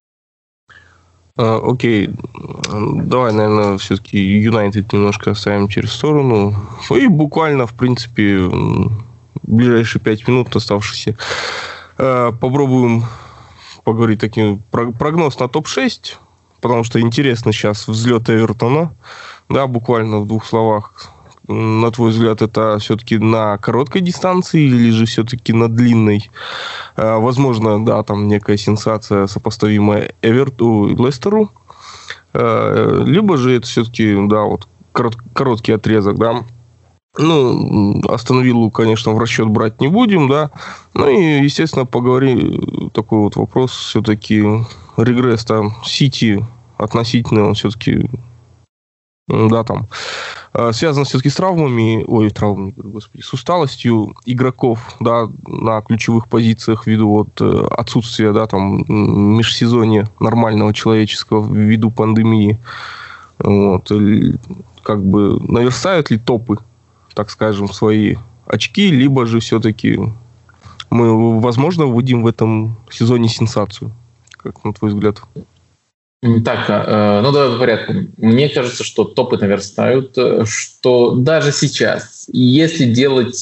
Окей, давай, наверное, все-таки Юнайтед немножко оставим через сторону. И буквально, в принципе, в ближайшие 5 минут оставшиеся попробуем поговорить таким прогноз на топ-6, потому что интересно сейчас взлет Эвертона. Да, буквально в 2 словах. На твой взгляд, это все-таки на короткой дистанции или же все-таки на длинной? Возможно, да, там некая сенсация, сопоставимая Лестеру. Либо же это все-таки, да, вот короткий отрезок, да. Астон Виллу, конечно, в расчет брать не будем, да. И, естественно, поговорим, такой вот вопрос, все-таки регресс там Сити относительно, он все-таки... Да, там связано все-таки с с усталостью игроков, да, на ключевых позициях ввиду отсутствия, да, там межсезонья нормального человеческого ввиду пандемии. Как бы наверстают ли топы, так скажем, свои очки, либо же все-таки мы, возможно, увидим в этом сезоне сенсацию, как на твой взгляд? Так, давай по порядку. Мне кажется, что топы наверстают, что даже сейчас, если делать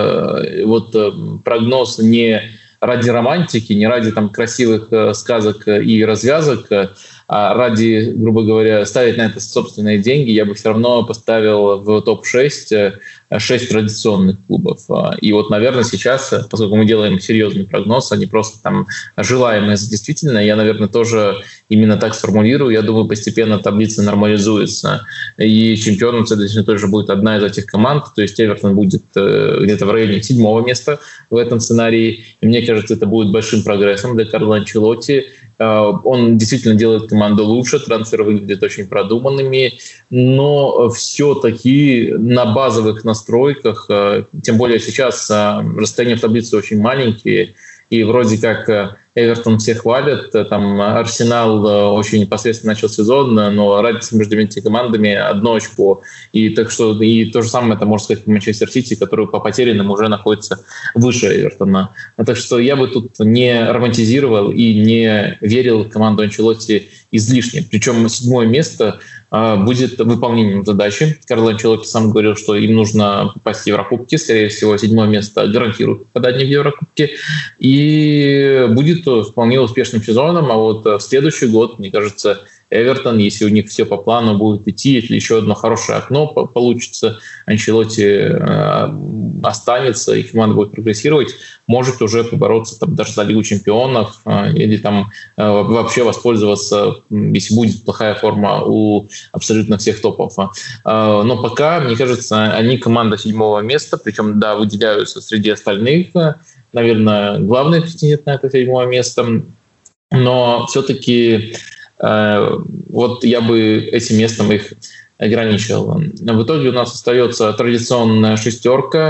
прогноз не ради романтики, не ради там красивых сказок и развязок, а ради, грубо говоря, ставить на это собственные деньги, я бы все равно поставил в топ-6 6 традиционных клубов. И наверное, сейчас, поскольку мы делаем серьезный прогноз, а не просто там желаемое действительно, я, наверное, тоже именно так сформулирую. Я думаю, постепенно таблица нормализуется. И чемпионом, следовательно, тоже будет одна из этих команд. То есть Эвертон будет где-то в районе 7-го места в этом сценарии. И мне кажется, это будет большим прогрессом для Карло Анчелотти. Он действительно делает команду лучше, трансферы выглядят очень продуманными, но все-таки на базовых настройках, тем более сейчас расстояния в таблице очень маленькие, и вроде как Эвертон все хвалят, там Арсенал очень непосредственно начал сезон, но разница между этими командами 1 очко. И так что и то же самое это можно сказать по Манчестер Сити, который по потерянным уже находится выше Эвертона. Так что я бы тут не романтизировал и не верил в команду Анчелотти излишне. Причем 7 место будет выполнением задачи. Карло Анчелотти сам говорил, что им нужно попасть в Еврокубки. Скорее всего, 7 место гарантирует попадание в Еврокубки. И будет вполне успешным сезоном. А вот в следующий год, мне кажется, Эвертон, если у них все по плану будет идти, если еще одно хорошее окно получится, Анчелотти останется, и команда будет прогрессировать, может уже побороться там, даже за Лигу чемпионов или там вообще воспользоваться, если будет плохая форма у абсолютно всех топов. Но пока, мне кажется, они команда 7 места, причем, да, выделяются среди остальных, наверное, главный претендент на это 7 место, но все-таки вот я бы этим местом их ограничил. В итоге у нас остается традиционная 6.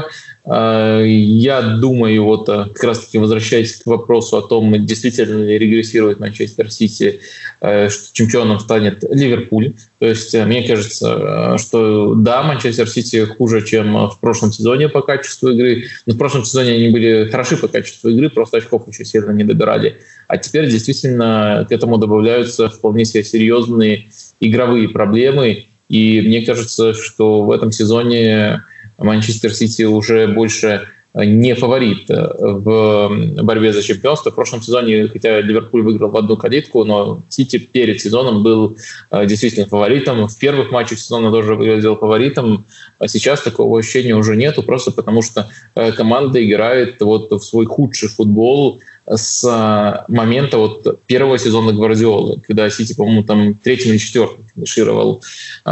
Я думаю, вот как раз-таки возвращаясь к вопросу о том, действительно ли регрессирует Манчестер Сити, что чемпионом станет Ливерпуль. То есть мне кажется, что да, Манчестер Сити хуже, чем в прошлом сезоне по качеству игры. Но в прошлом сезоне они были хороши по качеству игры, просто очков еще сильно не добирали. А теперь действительно к этому добавляются вполне себе серьезные игровые проблемы. И мне кажется, что в этом сезоне Манчестер Сити уже больше не фаворит в борьбе за чемпионство. В прошлом сезоне, хотя Ливерпуль выиграл в 1 калитку, но Сити перед сезоном был действительно фаворитом. В первых матчах сезона тоже выглядел фаворитом. А сейчас такого ощущения уже нету, просто потому что команда играет вот в свой худший футбол с момента вот первого сезона Гвардиолы, когда Сити, по-моему, там 3-м или 4-м финишировал.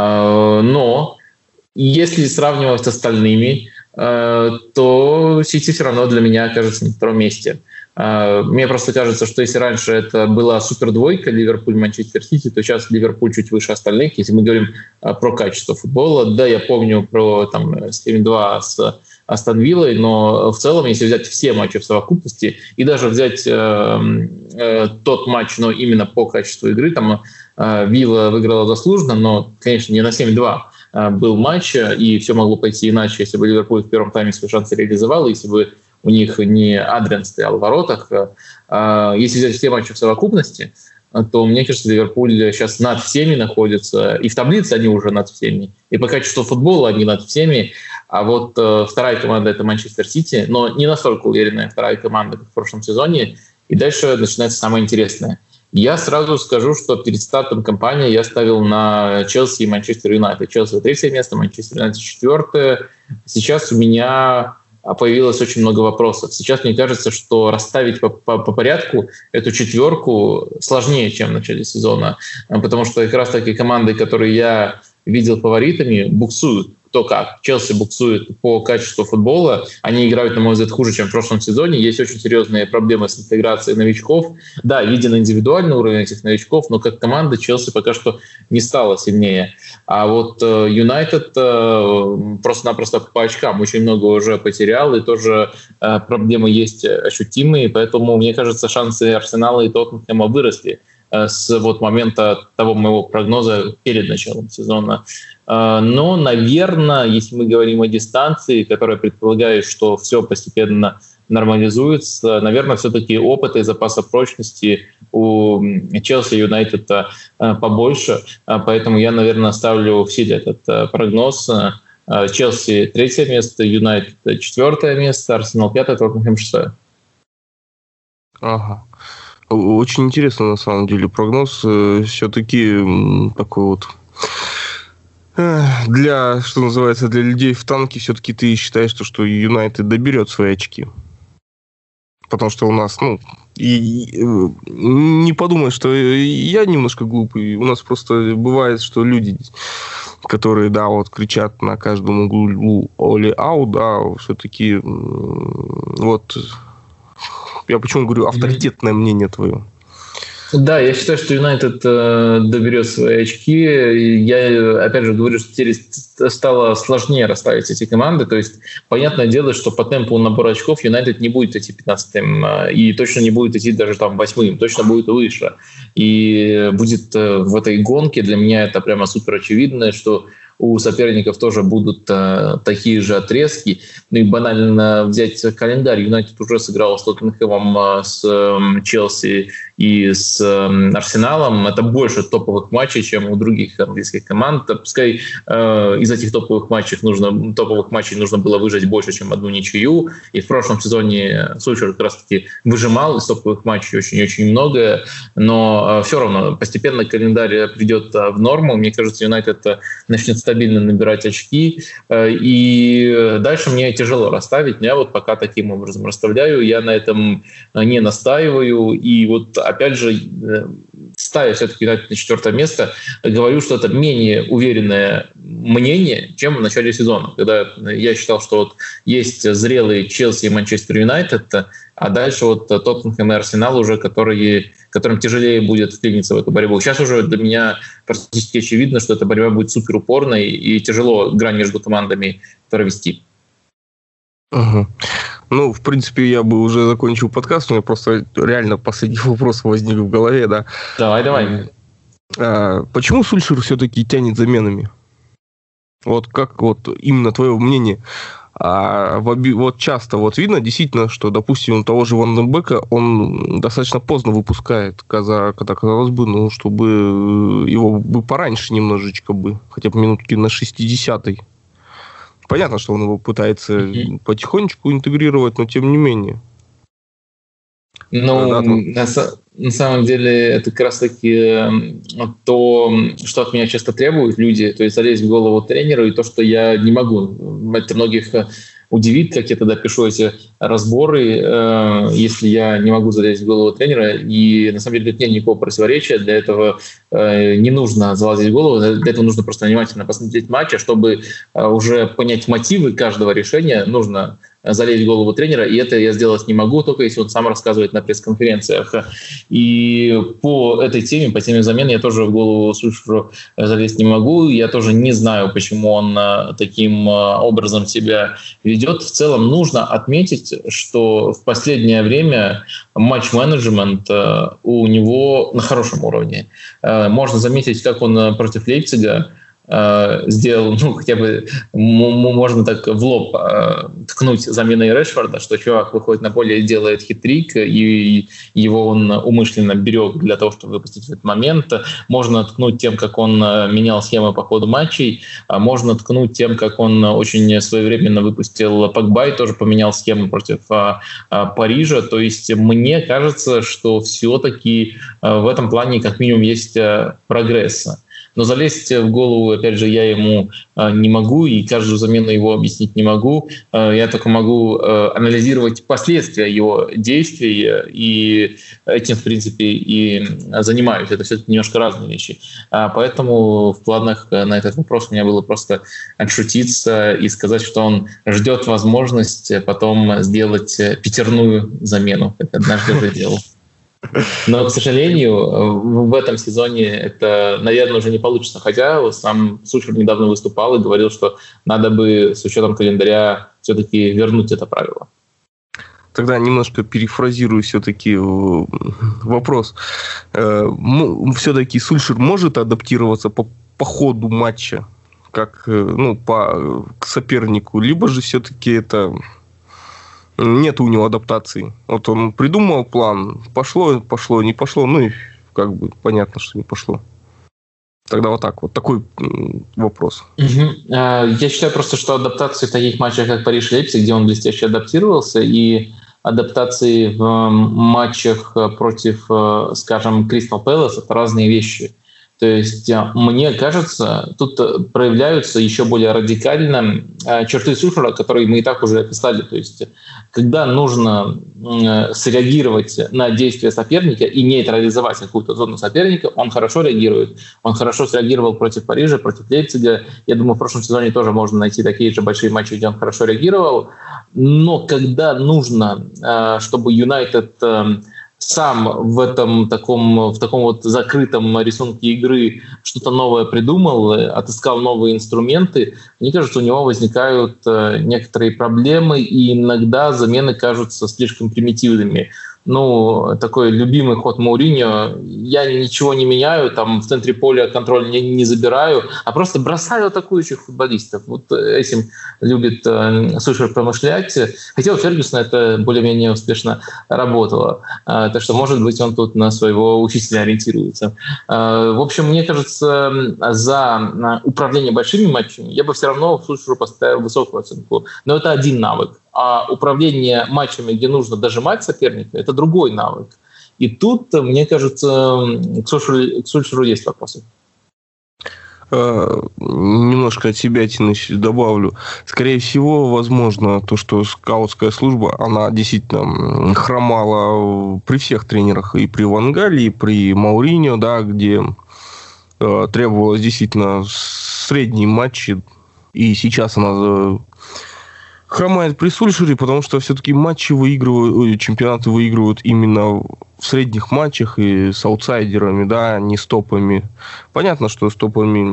Но если сравнивать с остальными, то Сити все равно для меня окажется на 2-м месте. Мне просто кажется, что если раньше это была супердвойка Ливерпуль, Манчестер Сити, то сейчас Ливерпуль чуть выше остальных, если мы говорим про качество футбола. Да, я помню про там 7-2 с Астон Виллой, но в целом, если взять все матчи в совокупности и даже взять тот матч, но именно по качеству игры, там Вилла выиграла заслуженно, но, конечно, не на 7-2 был матч, и все могло пойти иначе, если бы Ливерпуль в первом тайме свои шансы реализовал, если бы у них не Адриан стоял в воротах. Если взять все матчи в совокупности, то, мне кажется, Ливерпуль сейчас над всеми находится, и в таблице они уже над всеми, и по качеству футбола они над всеми. А вот вторая команда — это Манчестер Сити, но не настолько уверенная вторая команда, как в прошлом сезоне. И дальше начинается самое интересное. Я сразу скажу, что перед стартом кампании я ставил на Челси и Манчестер Юнайтед. Челси 3-е место, Манчестер Юнайтед 4-е. Сейчас у меня появилось очень много вопросов. Сейчас мне кажется, что расставить по порядку эту 4 сложнее, чем в начале сезона, потому что как раз-таки команды, которые я видел фаворитами, буксуют. Кто как. Челси буксует по качеству футбола. Они играют, на мой взгляд, хуже, чем в прошлом сезоне. Есть очень серьезные проблемы с интеграцией новичков. Да, виден индивидуальный уровень этих новичков, но как команда Челси пока что не стала сильнее. А вот Юнайтед просто-напросто по очкам очень много уже потерял, и тоже проблемы есть ощутимые. Поэтому, мне кажется, шансы Арсенала и Тоттенхэма выросли с вот момента того моего прогноза перед началом сезона. Но, наверное, если мы говорим о дистанции, которая предполагает, что все постепенно нормализуется, наверное, все-таки опыта и запаса прочности у Челси и Юнайтеда побольше. Поэтому я, наверное, ставлю в силе этот прогноз. Челси 3-е место, Юнайтед 4-е место, Арсенал 5-е, Тоттенхэм 6-е. Ага. Очень интересно, на самом деле, прогноз. Все-таки такой вот для, что называется, для людей в танке, все-таки ты считаешь, что Юнайтед доберет свои очки. Потому что у нас, не подумай, что я немножко глупый. У нас просто бывает, что люди, которые, да, вот кричат на каждом углу «Оли ау», да, все-таки вот... Я почему говорю авторитетное мнение твое? Да, я считаю, что Юнайтед доберет свои очки. Я, опять же, говорю, что теперь стало сложнее расставить эти команды. То есть, понятное дело, что по темпу набора очков Юнайтед не будет идти 15-м и точно не будет идти даже там 8-м, точно будет выше. И будет в этой гонке, для меня это прямо супер очевидно, что у соперников тоже будут такие же отрезки. Ну и банально взять календарь. Юнайтед уже сыграл с Тоттенхэмом, с Челси и с Арсеналом. Это больше топовых матчей, чем у других английских команд. Пускай из этих топовых матчей нужно было выжать больше, чем одну ничью. И в прошлом сезоне Сульшер как раз-таки выжимал из топовых матчей очень-очень многое. Но все равно постепенно календарь придет в норму. Мне кажется, Юнайтед начнет стабильно набирать очки. И дальше мне тяжело расставить. Я вот пока таким образом расставляю. Я на этом не настаиваю. И вот опять же, ставя все-таки на 4 место, говорю, что это менее уверенное мнение, чем в начале сезона, когда я считал, что вот есть зрелые Челси и Манчестер Юнайтед, а дальше вот Тоттенхэм и Арсенал уже, которым тяжелее будет вклиниться в эту борьбу. Сейчас уже для меня практически очевидно, что эта борьба будет супер упорной и тяжело грань между командами провести. Угу. Ну, в принципе, я бы уже закончил подкаст, у меня просто реально последний вопрос возник в голове, да. Давай. Почему Сульшер все-таки тянет заменами? Вот как вот именно твое мнение? Вот часто вот видно действительно, что, допустим, у того же Ван де Бека он достаточно поздно выпускает, когда казалось бы, ну, чтобы его бы пораньше немножечко бы, хотя бы минутки на 60-й. Понятно, что он его пытается потихонечку интегрировать, но тем не менее. Ну, на самом деле, это как раз-таки то, что от меня часто требуют люди, то есть залезть в голову тренеру, и то, что я не могу. Это многих удивит, как я тогда пишу эти разборы, если я не могу залезть в голову тренера. И на самом деле нет никакого противоречия. Для этого не нужно залазить в голову, для этого нужно просто внимательно посмотреть матч, а чтобы уже понять мотивы каждого решения, нужно залезть в голову тренера, и это я сделать не могу, только если он сам рассказывает на пресс-конференциях. И по этой теме, по теме замены, я тоже в голову Сульшеру залезть не могу. Я тоже не знаю, почему он таким образом себя ведет. В целом нужно отметить, что в последнее время матч-менеджмент у него на хорошем уровне. Можно заметить, как он против Лейпцига сделал, ну, хотя бы можно так в лоб ткнуть заменой Решфорда, что чувак выходит на поле и делает хитрик, и его он умышленно берег для того, чтобы выпустить в этот момент. Можно ткнуть тем, как он менял схемы по ходу матчей. Можно ткнуть тем, как он очень своевременно выпустил Погба и тоже поменял схемы против Парижа. То есть мне кажется, что все-таки в этом плане как минимум есть прогресс. Но залезть в голову, опять же, я ему не могу, и каждую замену его объяснить не могу. Я только могу анализировать последствия его действий, и этим, в принципе, и занимаюсь. Это все-таки немножко разные вещи. Поэтому в планах на этот вопрос у меня было просто отшутиться и сказать, что он ждет возможность потом сделать пятерную замену, как однажды уже делал. Но, к сожалению, в этом сезоне это, наверное, уже не получится. Хотя сам Сульшер недавно выступал и говорил, что надо бы с учетом календаря все-таки вернуть это правило. Тогда немножко перефразирую все-таки вопрос. Все-таки Сульшер может адаптироваться по ходу матча как, к сопернику, либо же все-таки это... Нет у него адаптации. Вот он придумал план, пошло, не пошло, ну и как бы понятно, что не пошло. Тогда вот так, вот такой вопрос. Я считаю просто, что адаптации в таких матчах, как Париж-Лейпциг, где он блестяще адаптировался, и адаптации в матчах против, скажем, Кристал Пэлас — это разные вещи. То есть, мне кажется, тут проявляются еще более радикально черты Сульшера, которые мы и так уже описали. То есть, когда нужно среагировать на действия соперника и нейтрализовать какую-то зону соперника, он хорошо реагирует. Он хорошо среагировал против Парижа, против Лейпцига. Я думаю, в прошлом сезоне тоже можно найти такие же большие матчи, где он хорошо реагировал. Но когда нужно, чтобы Юнайтед сам в таком вот закрытом рисунке игры что-то новое придумал, отыскал новые инструменты, мне кажется, у него возникают некоторые проблемы, и иногда замены кажутся слишком примитивными. Такой любимый ход Мауриньо: я ничего не меняю, там в центре поля контроль не забираю, а просто бросаю атакующих футболистов. Вот этим любит Сульшер промышлять. Хотя у Фергюсона это более-менее успешно работало. Так что, может быть, он тут на своего учителя ориентируется. В общем, мне кажется, за управление большими матчами я бы все равно Сульшеру поставил высокую оценку. Но это один навык. А управление матчами, где нужно дожимать соперника, это другой навык. И тут, мне кажется, к Сульшеру есть вопросы. Немножко от себя добавлю. Скорее всего, возможно, то, что скаутская служба, она действительно хромала при всех тренерах, и при Ван Галле, и при Мауриньо, да, где требовалось действительно средние матчи, и сейчас она хромает при Сульшере, потому что все-таки чемпионаты выигрывают именно в средних матчах и с аутсайдерами, да, не с топами. Понятно, что с топами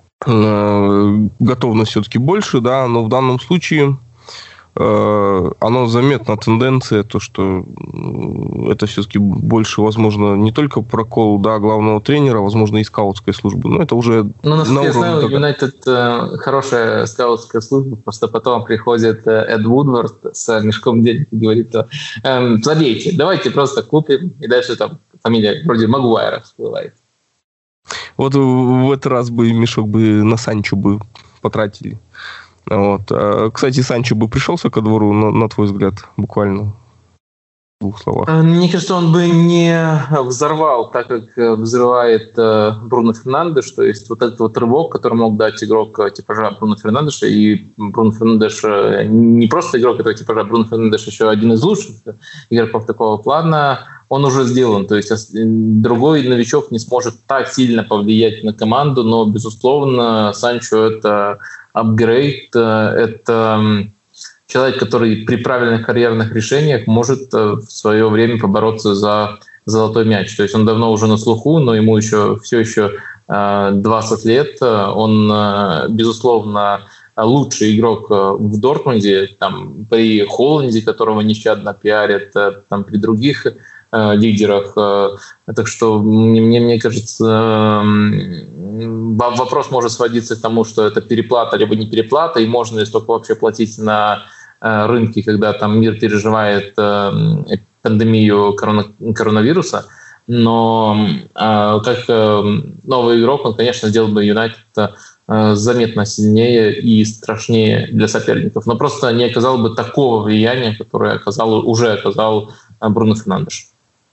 готовность все-таки больше, да, но в данном случае оно заметна тенденция, то, что это все-таки больше, возможно, не только прокол, да, главного тренера, возможно, и скаутской службы, но это уже насколько я знаю, Юнайтед хорошая скаутская служба, просто потом приходит Эд Вудвард с мешком денег и говорит: забейте, давайте просто купим, и дальше там фамилия вроде Магуайра всплывает. Вот в этот раз бы мешок бы на Санчо бы потратили. Вот. Кстати, Санчо бы пришелся ко двору, на твой взгляд, буквально в 2 словах? Мне кажется, он бы не взорвал так, как взрывает Бруно Фернандеш. То есть вот этот вот рывок, который мог дать игрок типажа Бруно Фернандеша. И Бруно Фернандеш не просто игрок этого типажа, Бруно Фернандеш еще один из лучших игроков такого плана. Он уже сделан. То есть другой новичок не сможет так сильно повлиять на команду, но, безусловно, Санчо — это апгрейд, это человек, который при правильных карьерных решениях может в свое время побороться за золотой мяч. То есть он давно уже на слуху, но ему все еще 20 лет. Он, безусловно, лучший игрок в Дортмунде, там, при Холланде, которого нещадно пиарят, там, при других лидерах. Так что мне кажется, вопрос может сводиться к тому, что это переплата либо не переплата, и можно ли столько вообще платить на рынке, когда там мир переживает пандемию коронавируса. Но как новый игрок он, конечно, сделал бы Юнайтед заметно сильнее и страшнее для соперников. Но просто не оказал бы такого влияния, которое уже оказал Бруно Фернандеш.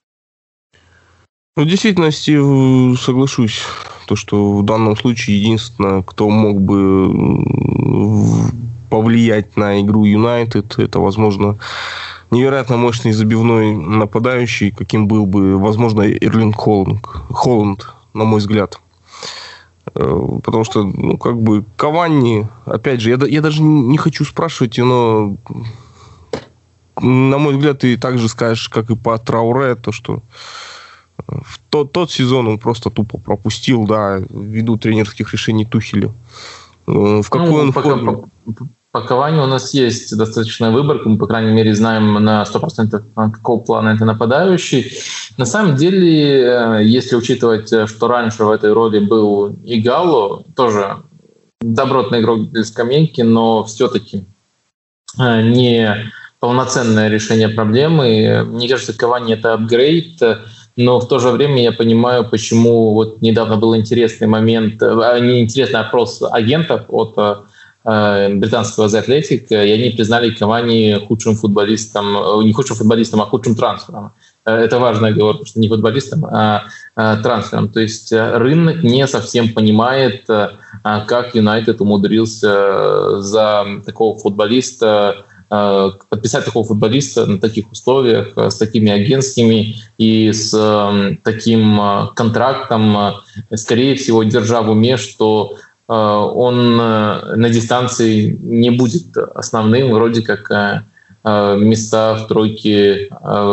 В действительности соглашусь, то, что в данном случае единственное, кто мог бы повлиять на игру Юнайтед, это, возможно, невероятно мощный забивной нападающий, каким был бы, возможно, Эрлинг Холланд, на мой взгляд. Потому что, Кавани, опять же, я даже не хочу спрашивать, но, на мой взгляд, ты так же скажешь, как и по Трауре, то, что в тот сезон он просто тупо пропустил, да, ввиду тренерских решений Тухеля. В какой он форме? По Кавани у нас есть достаточная выборка, мы, по крайней мере, знаем на 100% какого плана это нападающий. На самом деле, если учитывать, что раньше в этой роли был Игало, тоже добротный игрок для скамейки, но все-таки не полноценное решение проблемы. Мне кажется, Кавани — это апгрейд, но в то же время я понимаю, почему вот недавно был интересный опрос агентов от британского The Athletic, и они признали Кавани худшим футболистом, не худшим футболистом, а худшим трансфером. Это важная оговорка, что не футболистом, а трансфером. То есть рынок не совсем понимает, как Юнайтед умудрился за такого футболиста подписать такого футболиста на таких условиях, с такими агентскими и с таким контрактом, скорее всего, держа в уме, что он на дистанции не будет основным, вроде как места в тройке,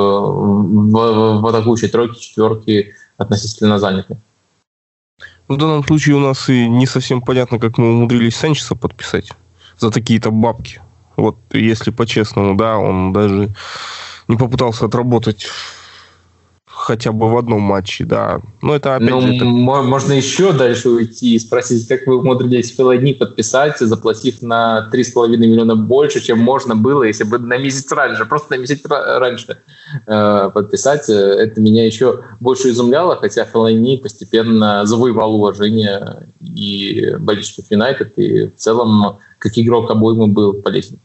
в атакующей тройке, четверке относительно заняты. В данном случае у нас и не совсем понятно, как мы умудрились Санчеса подписать за такие-то бабки. Вот, если по-честному, да, он даже не попытался отработать хотя бы в одном матче, да. Но это опять же... Можно еще дальше уйти и спросить, как вы умудрились Фелайни подписать, заплатив на 3,5 миллиона больше, чем можно было, если бы на месяц раньше, просто на месяц раньше подписать. Это меня еще больше изумляло, хотя Фелайни постепенно завоевал уважение и болельщиков Юнайтед, и в целом, как игрок обойму был полезен.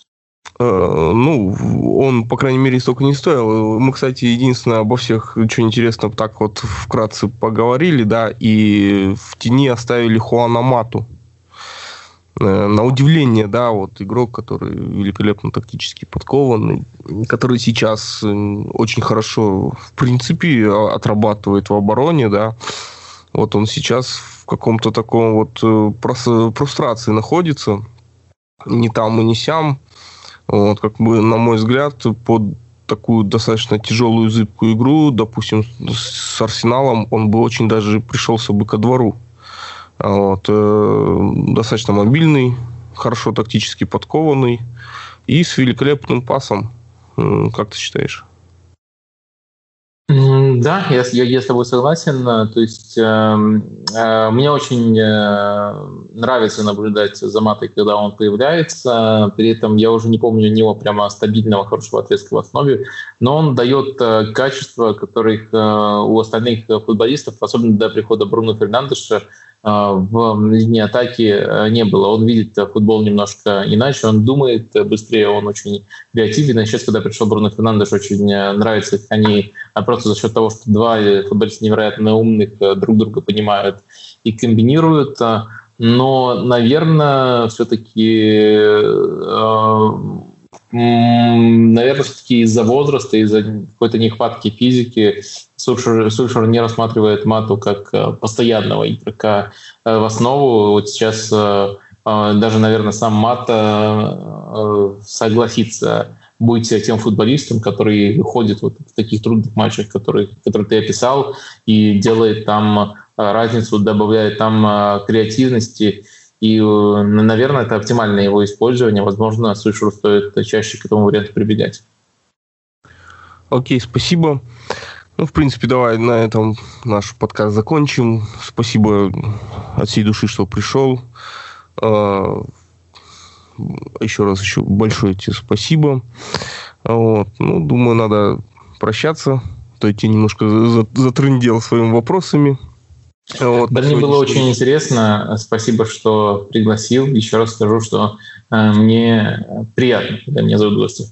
Он, по крайней мере, столько не стоил. Мы, кстати, единственное, обо всех, что интересно, так вот вкратце поговорили, да, и в тени оставили Хуана Мату. На удивление, да, вот игрок, который великолепно тактически подкованный, который сейчас очень хорошо, в принципе, отрабатывает в обороне, да. Вот он сейчас в каком-то таком вот прострации находится, ни там и ни сям. Вот, как бы, на мой взгляд, под такую достаточно тяжелую, зыбкую игру, допустим, с Арсеналом, он бы очень даже пришелся бы ко двору. Вот, достаточно мобильный, хорошо тактически подкованный и с великолепным пасом. Как ты считаешь? Да, я с тобой согласен. То есть мне очень нравится наблюдать за Матой, когда он появляется. При этом я уже не помню у него прямо стабильного, хорошего отрезка в основе, но он дает качества, которых у остальных футболистов, особенно до прихода Бруно Фернандеша, в линии атаки не было. Он видит футбол немножко иначе, он думает быстрее, он очень креативен. И сейчас, когда пришел Бруно Фернандеш, очень нравится, как они просто за счет того, что два футболиста невероятно умных друг друга понимают и комбинируют. Но, наверное, все-таки из-за возраста, из-за какой-то нехватки физики Сульшер не рассматривает Мату как постоянного игрока в основу. Вот сейчас даже, наверное, сам Мата согласится быть тем футболистом, который выходит вот в таких трудных матчах, которые ты описал, и делает там разницу, добавляет там креативности. И, наверное, это оптимальное его использование. Возможно, Сульшеру стоит чаще к этому варианту прибегать. Окей, спасибо. В принципе, давай на этом наш подкаст закончим. Спасибо от всей души, что пришел. Еще большое тебе спасибо. Вот. Думаю, надо прощаться. То есть я немножко затрындел своими вопросами. Вот, мне было очень интересно. Спасибо, что пригласил. Еще раз скажу, что мне приятно, когда меня зовут гостем.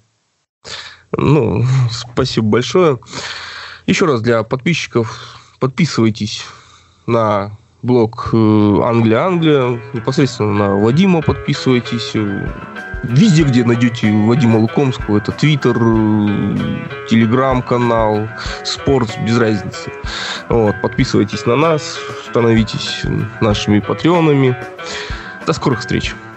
Спасибо большое. Еще раз для подписчиков: подписывайтесь на блог Англия. Непосредственно на Вадима подписывайтесь. Везде, где найдете Вадима Лукомского, это Твиттер, Телеграм-канал, Спорт, без разницы. Вот, подписывайтесь на нас, становитесь нашими патреонами. До скорых встреч!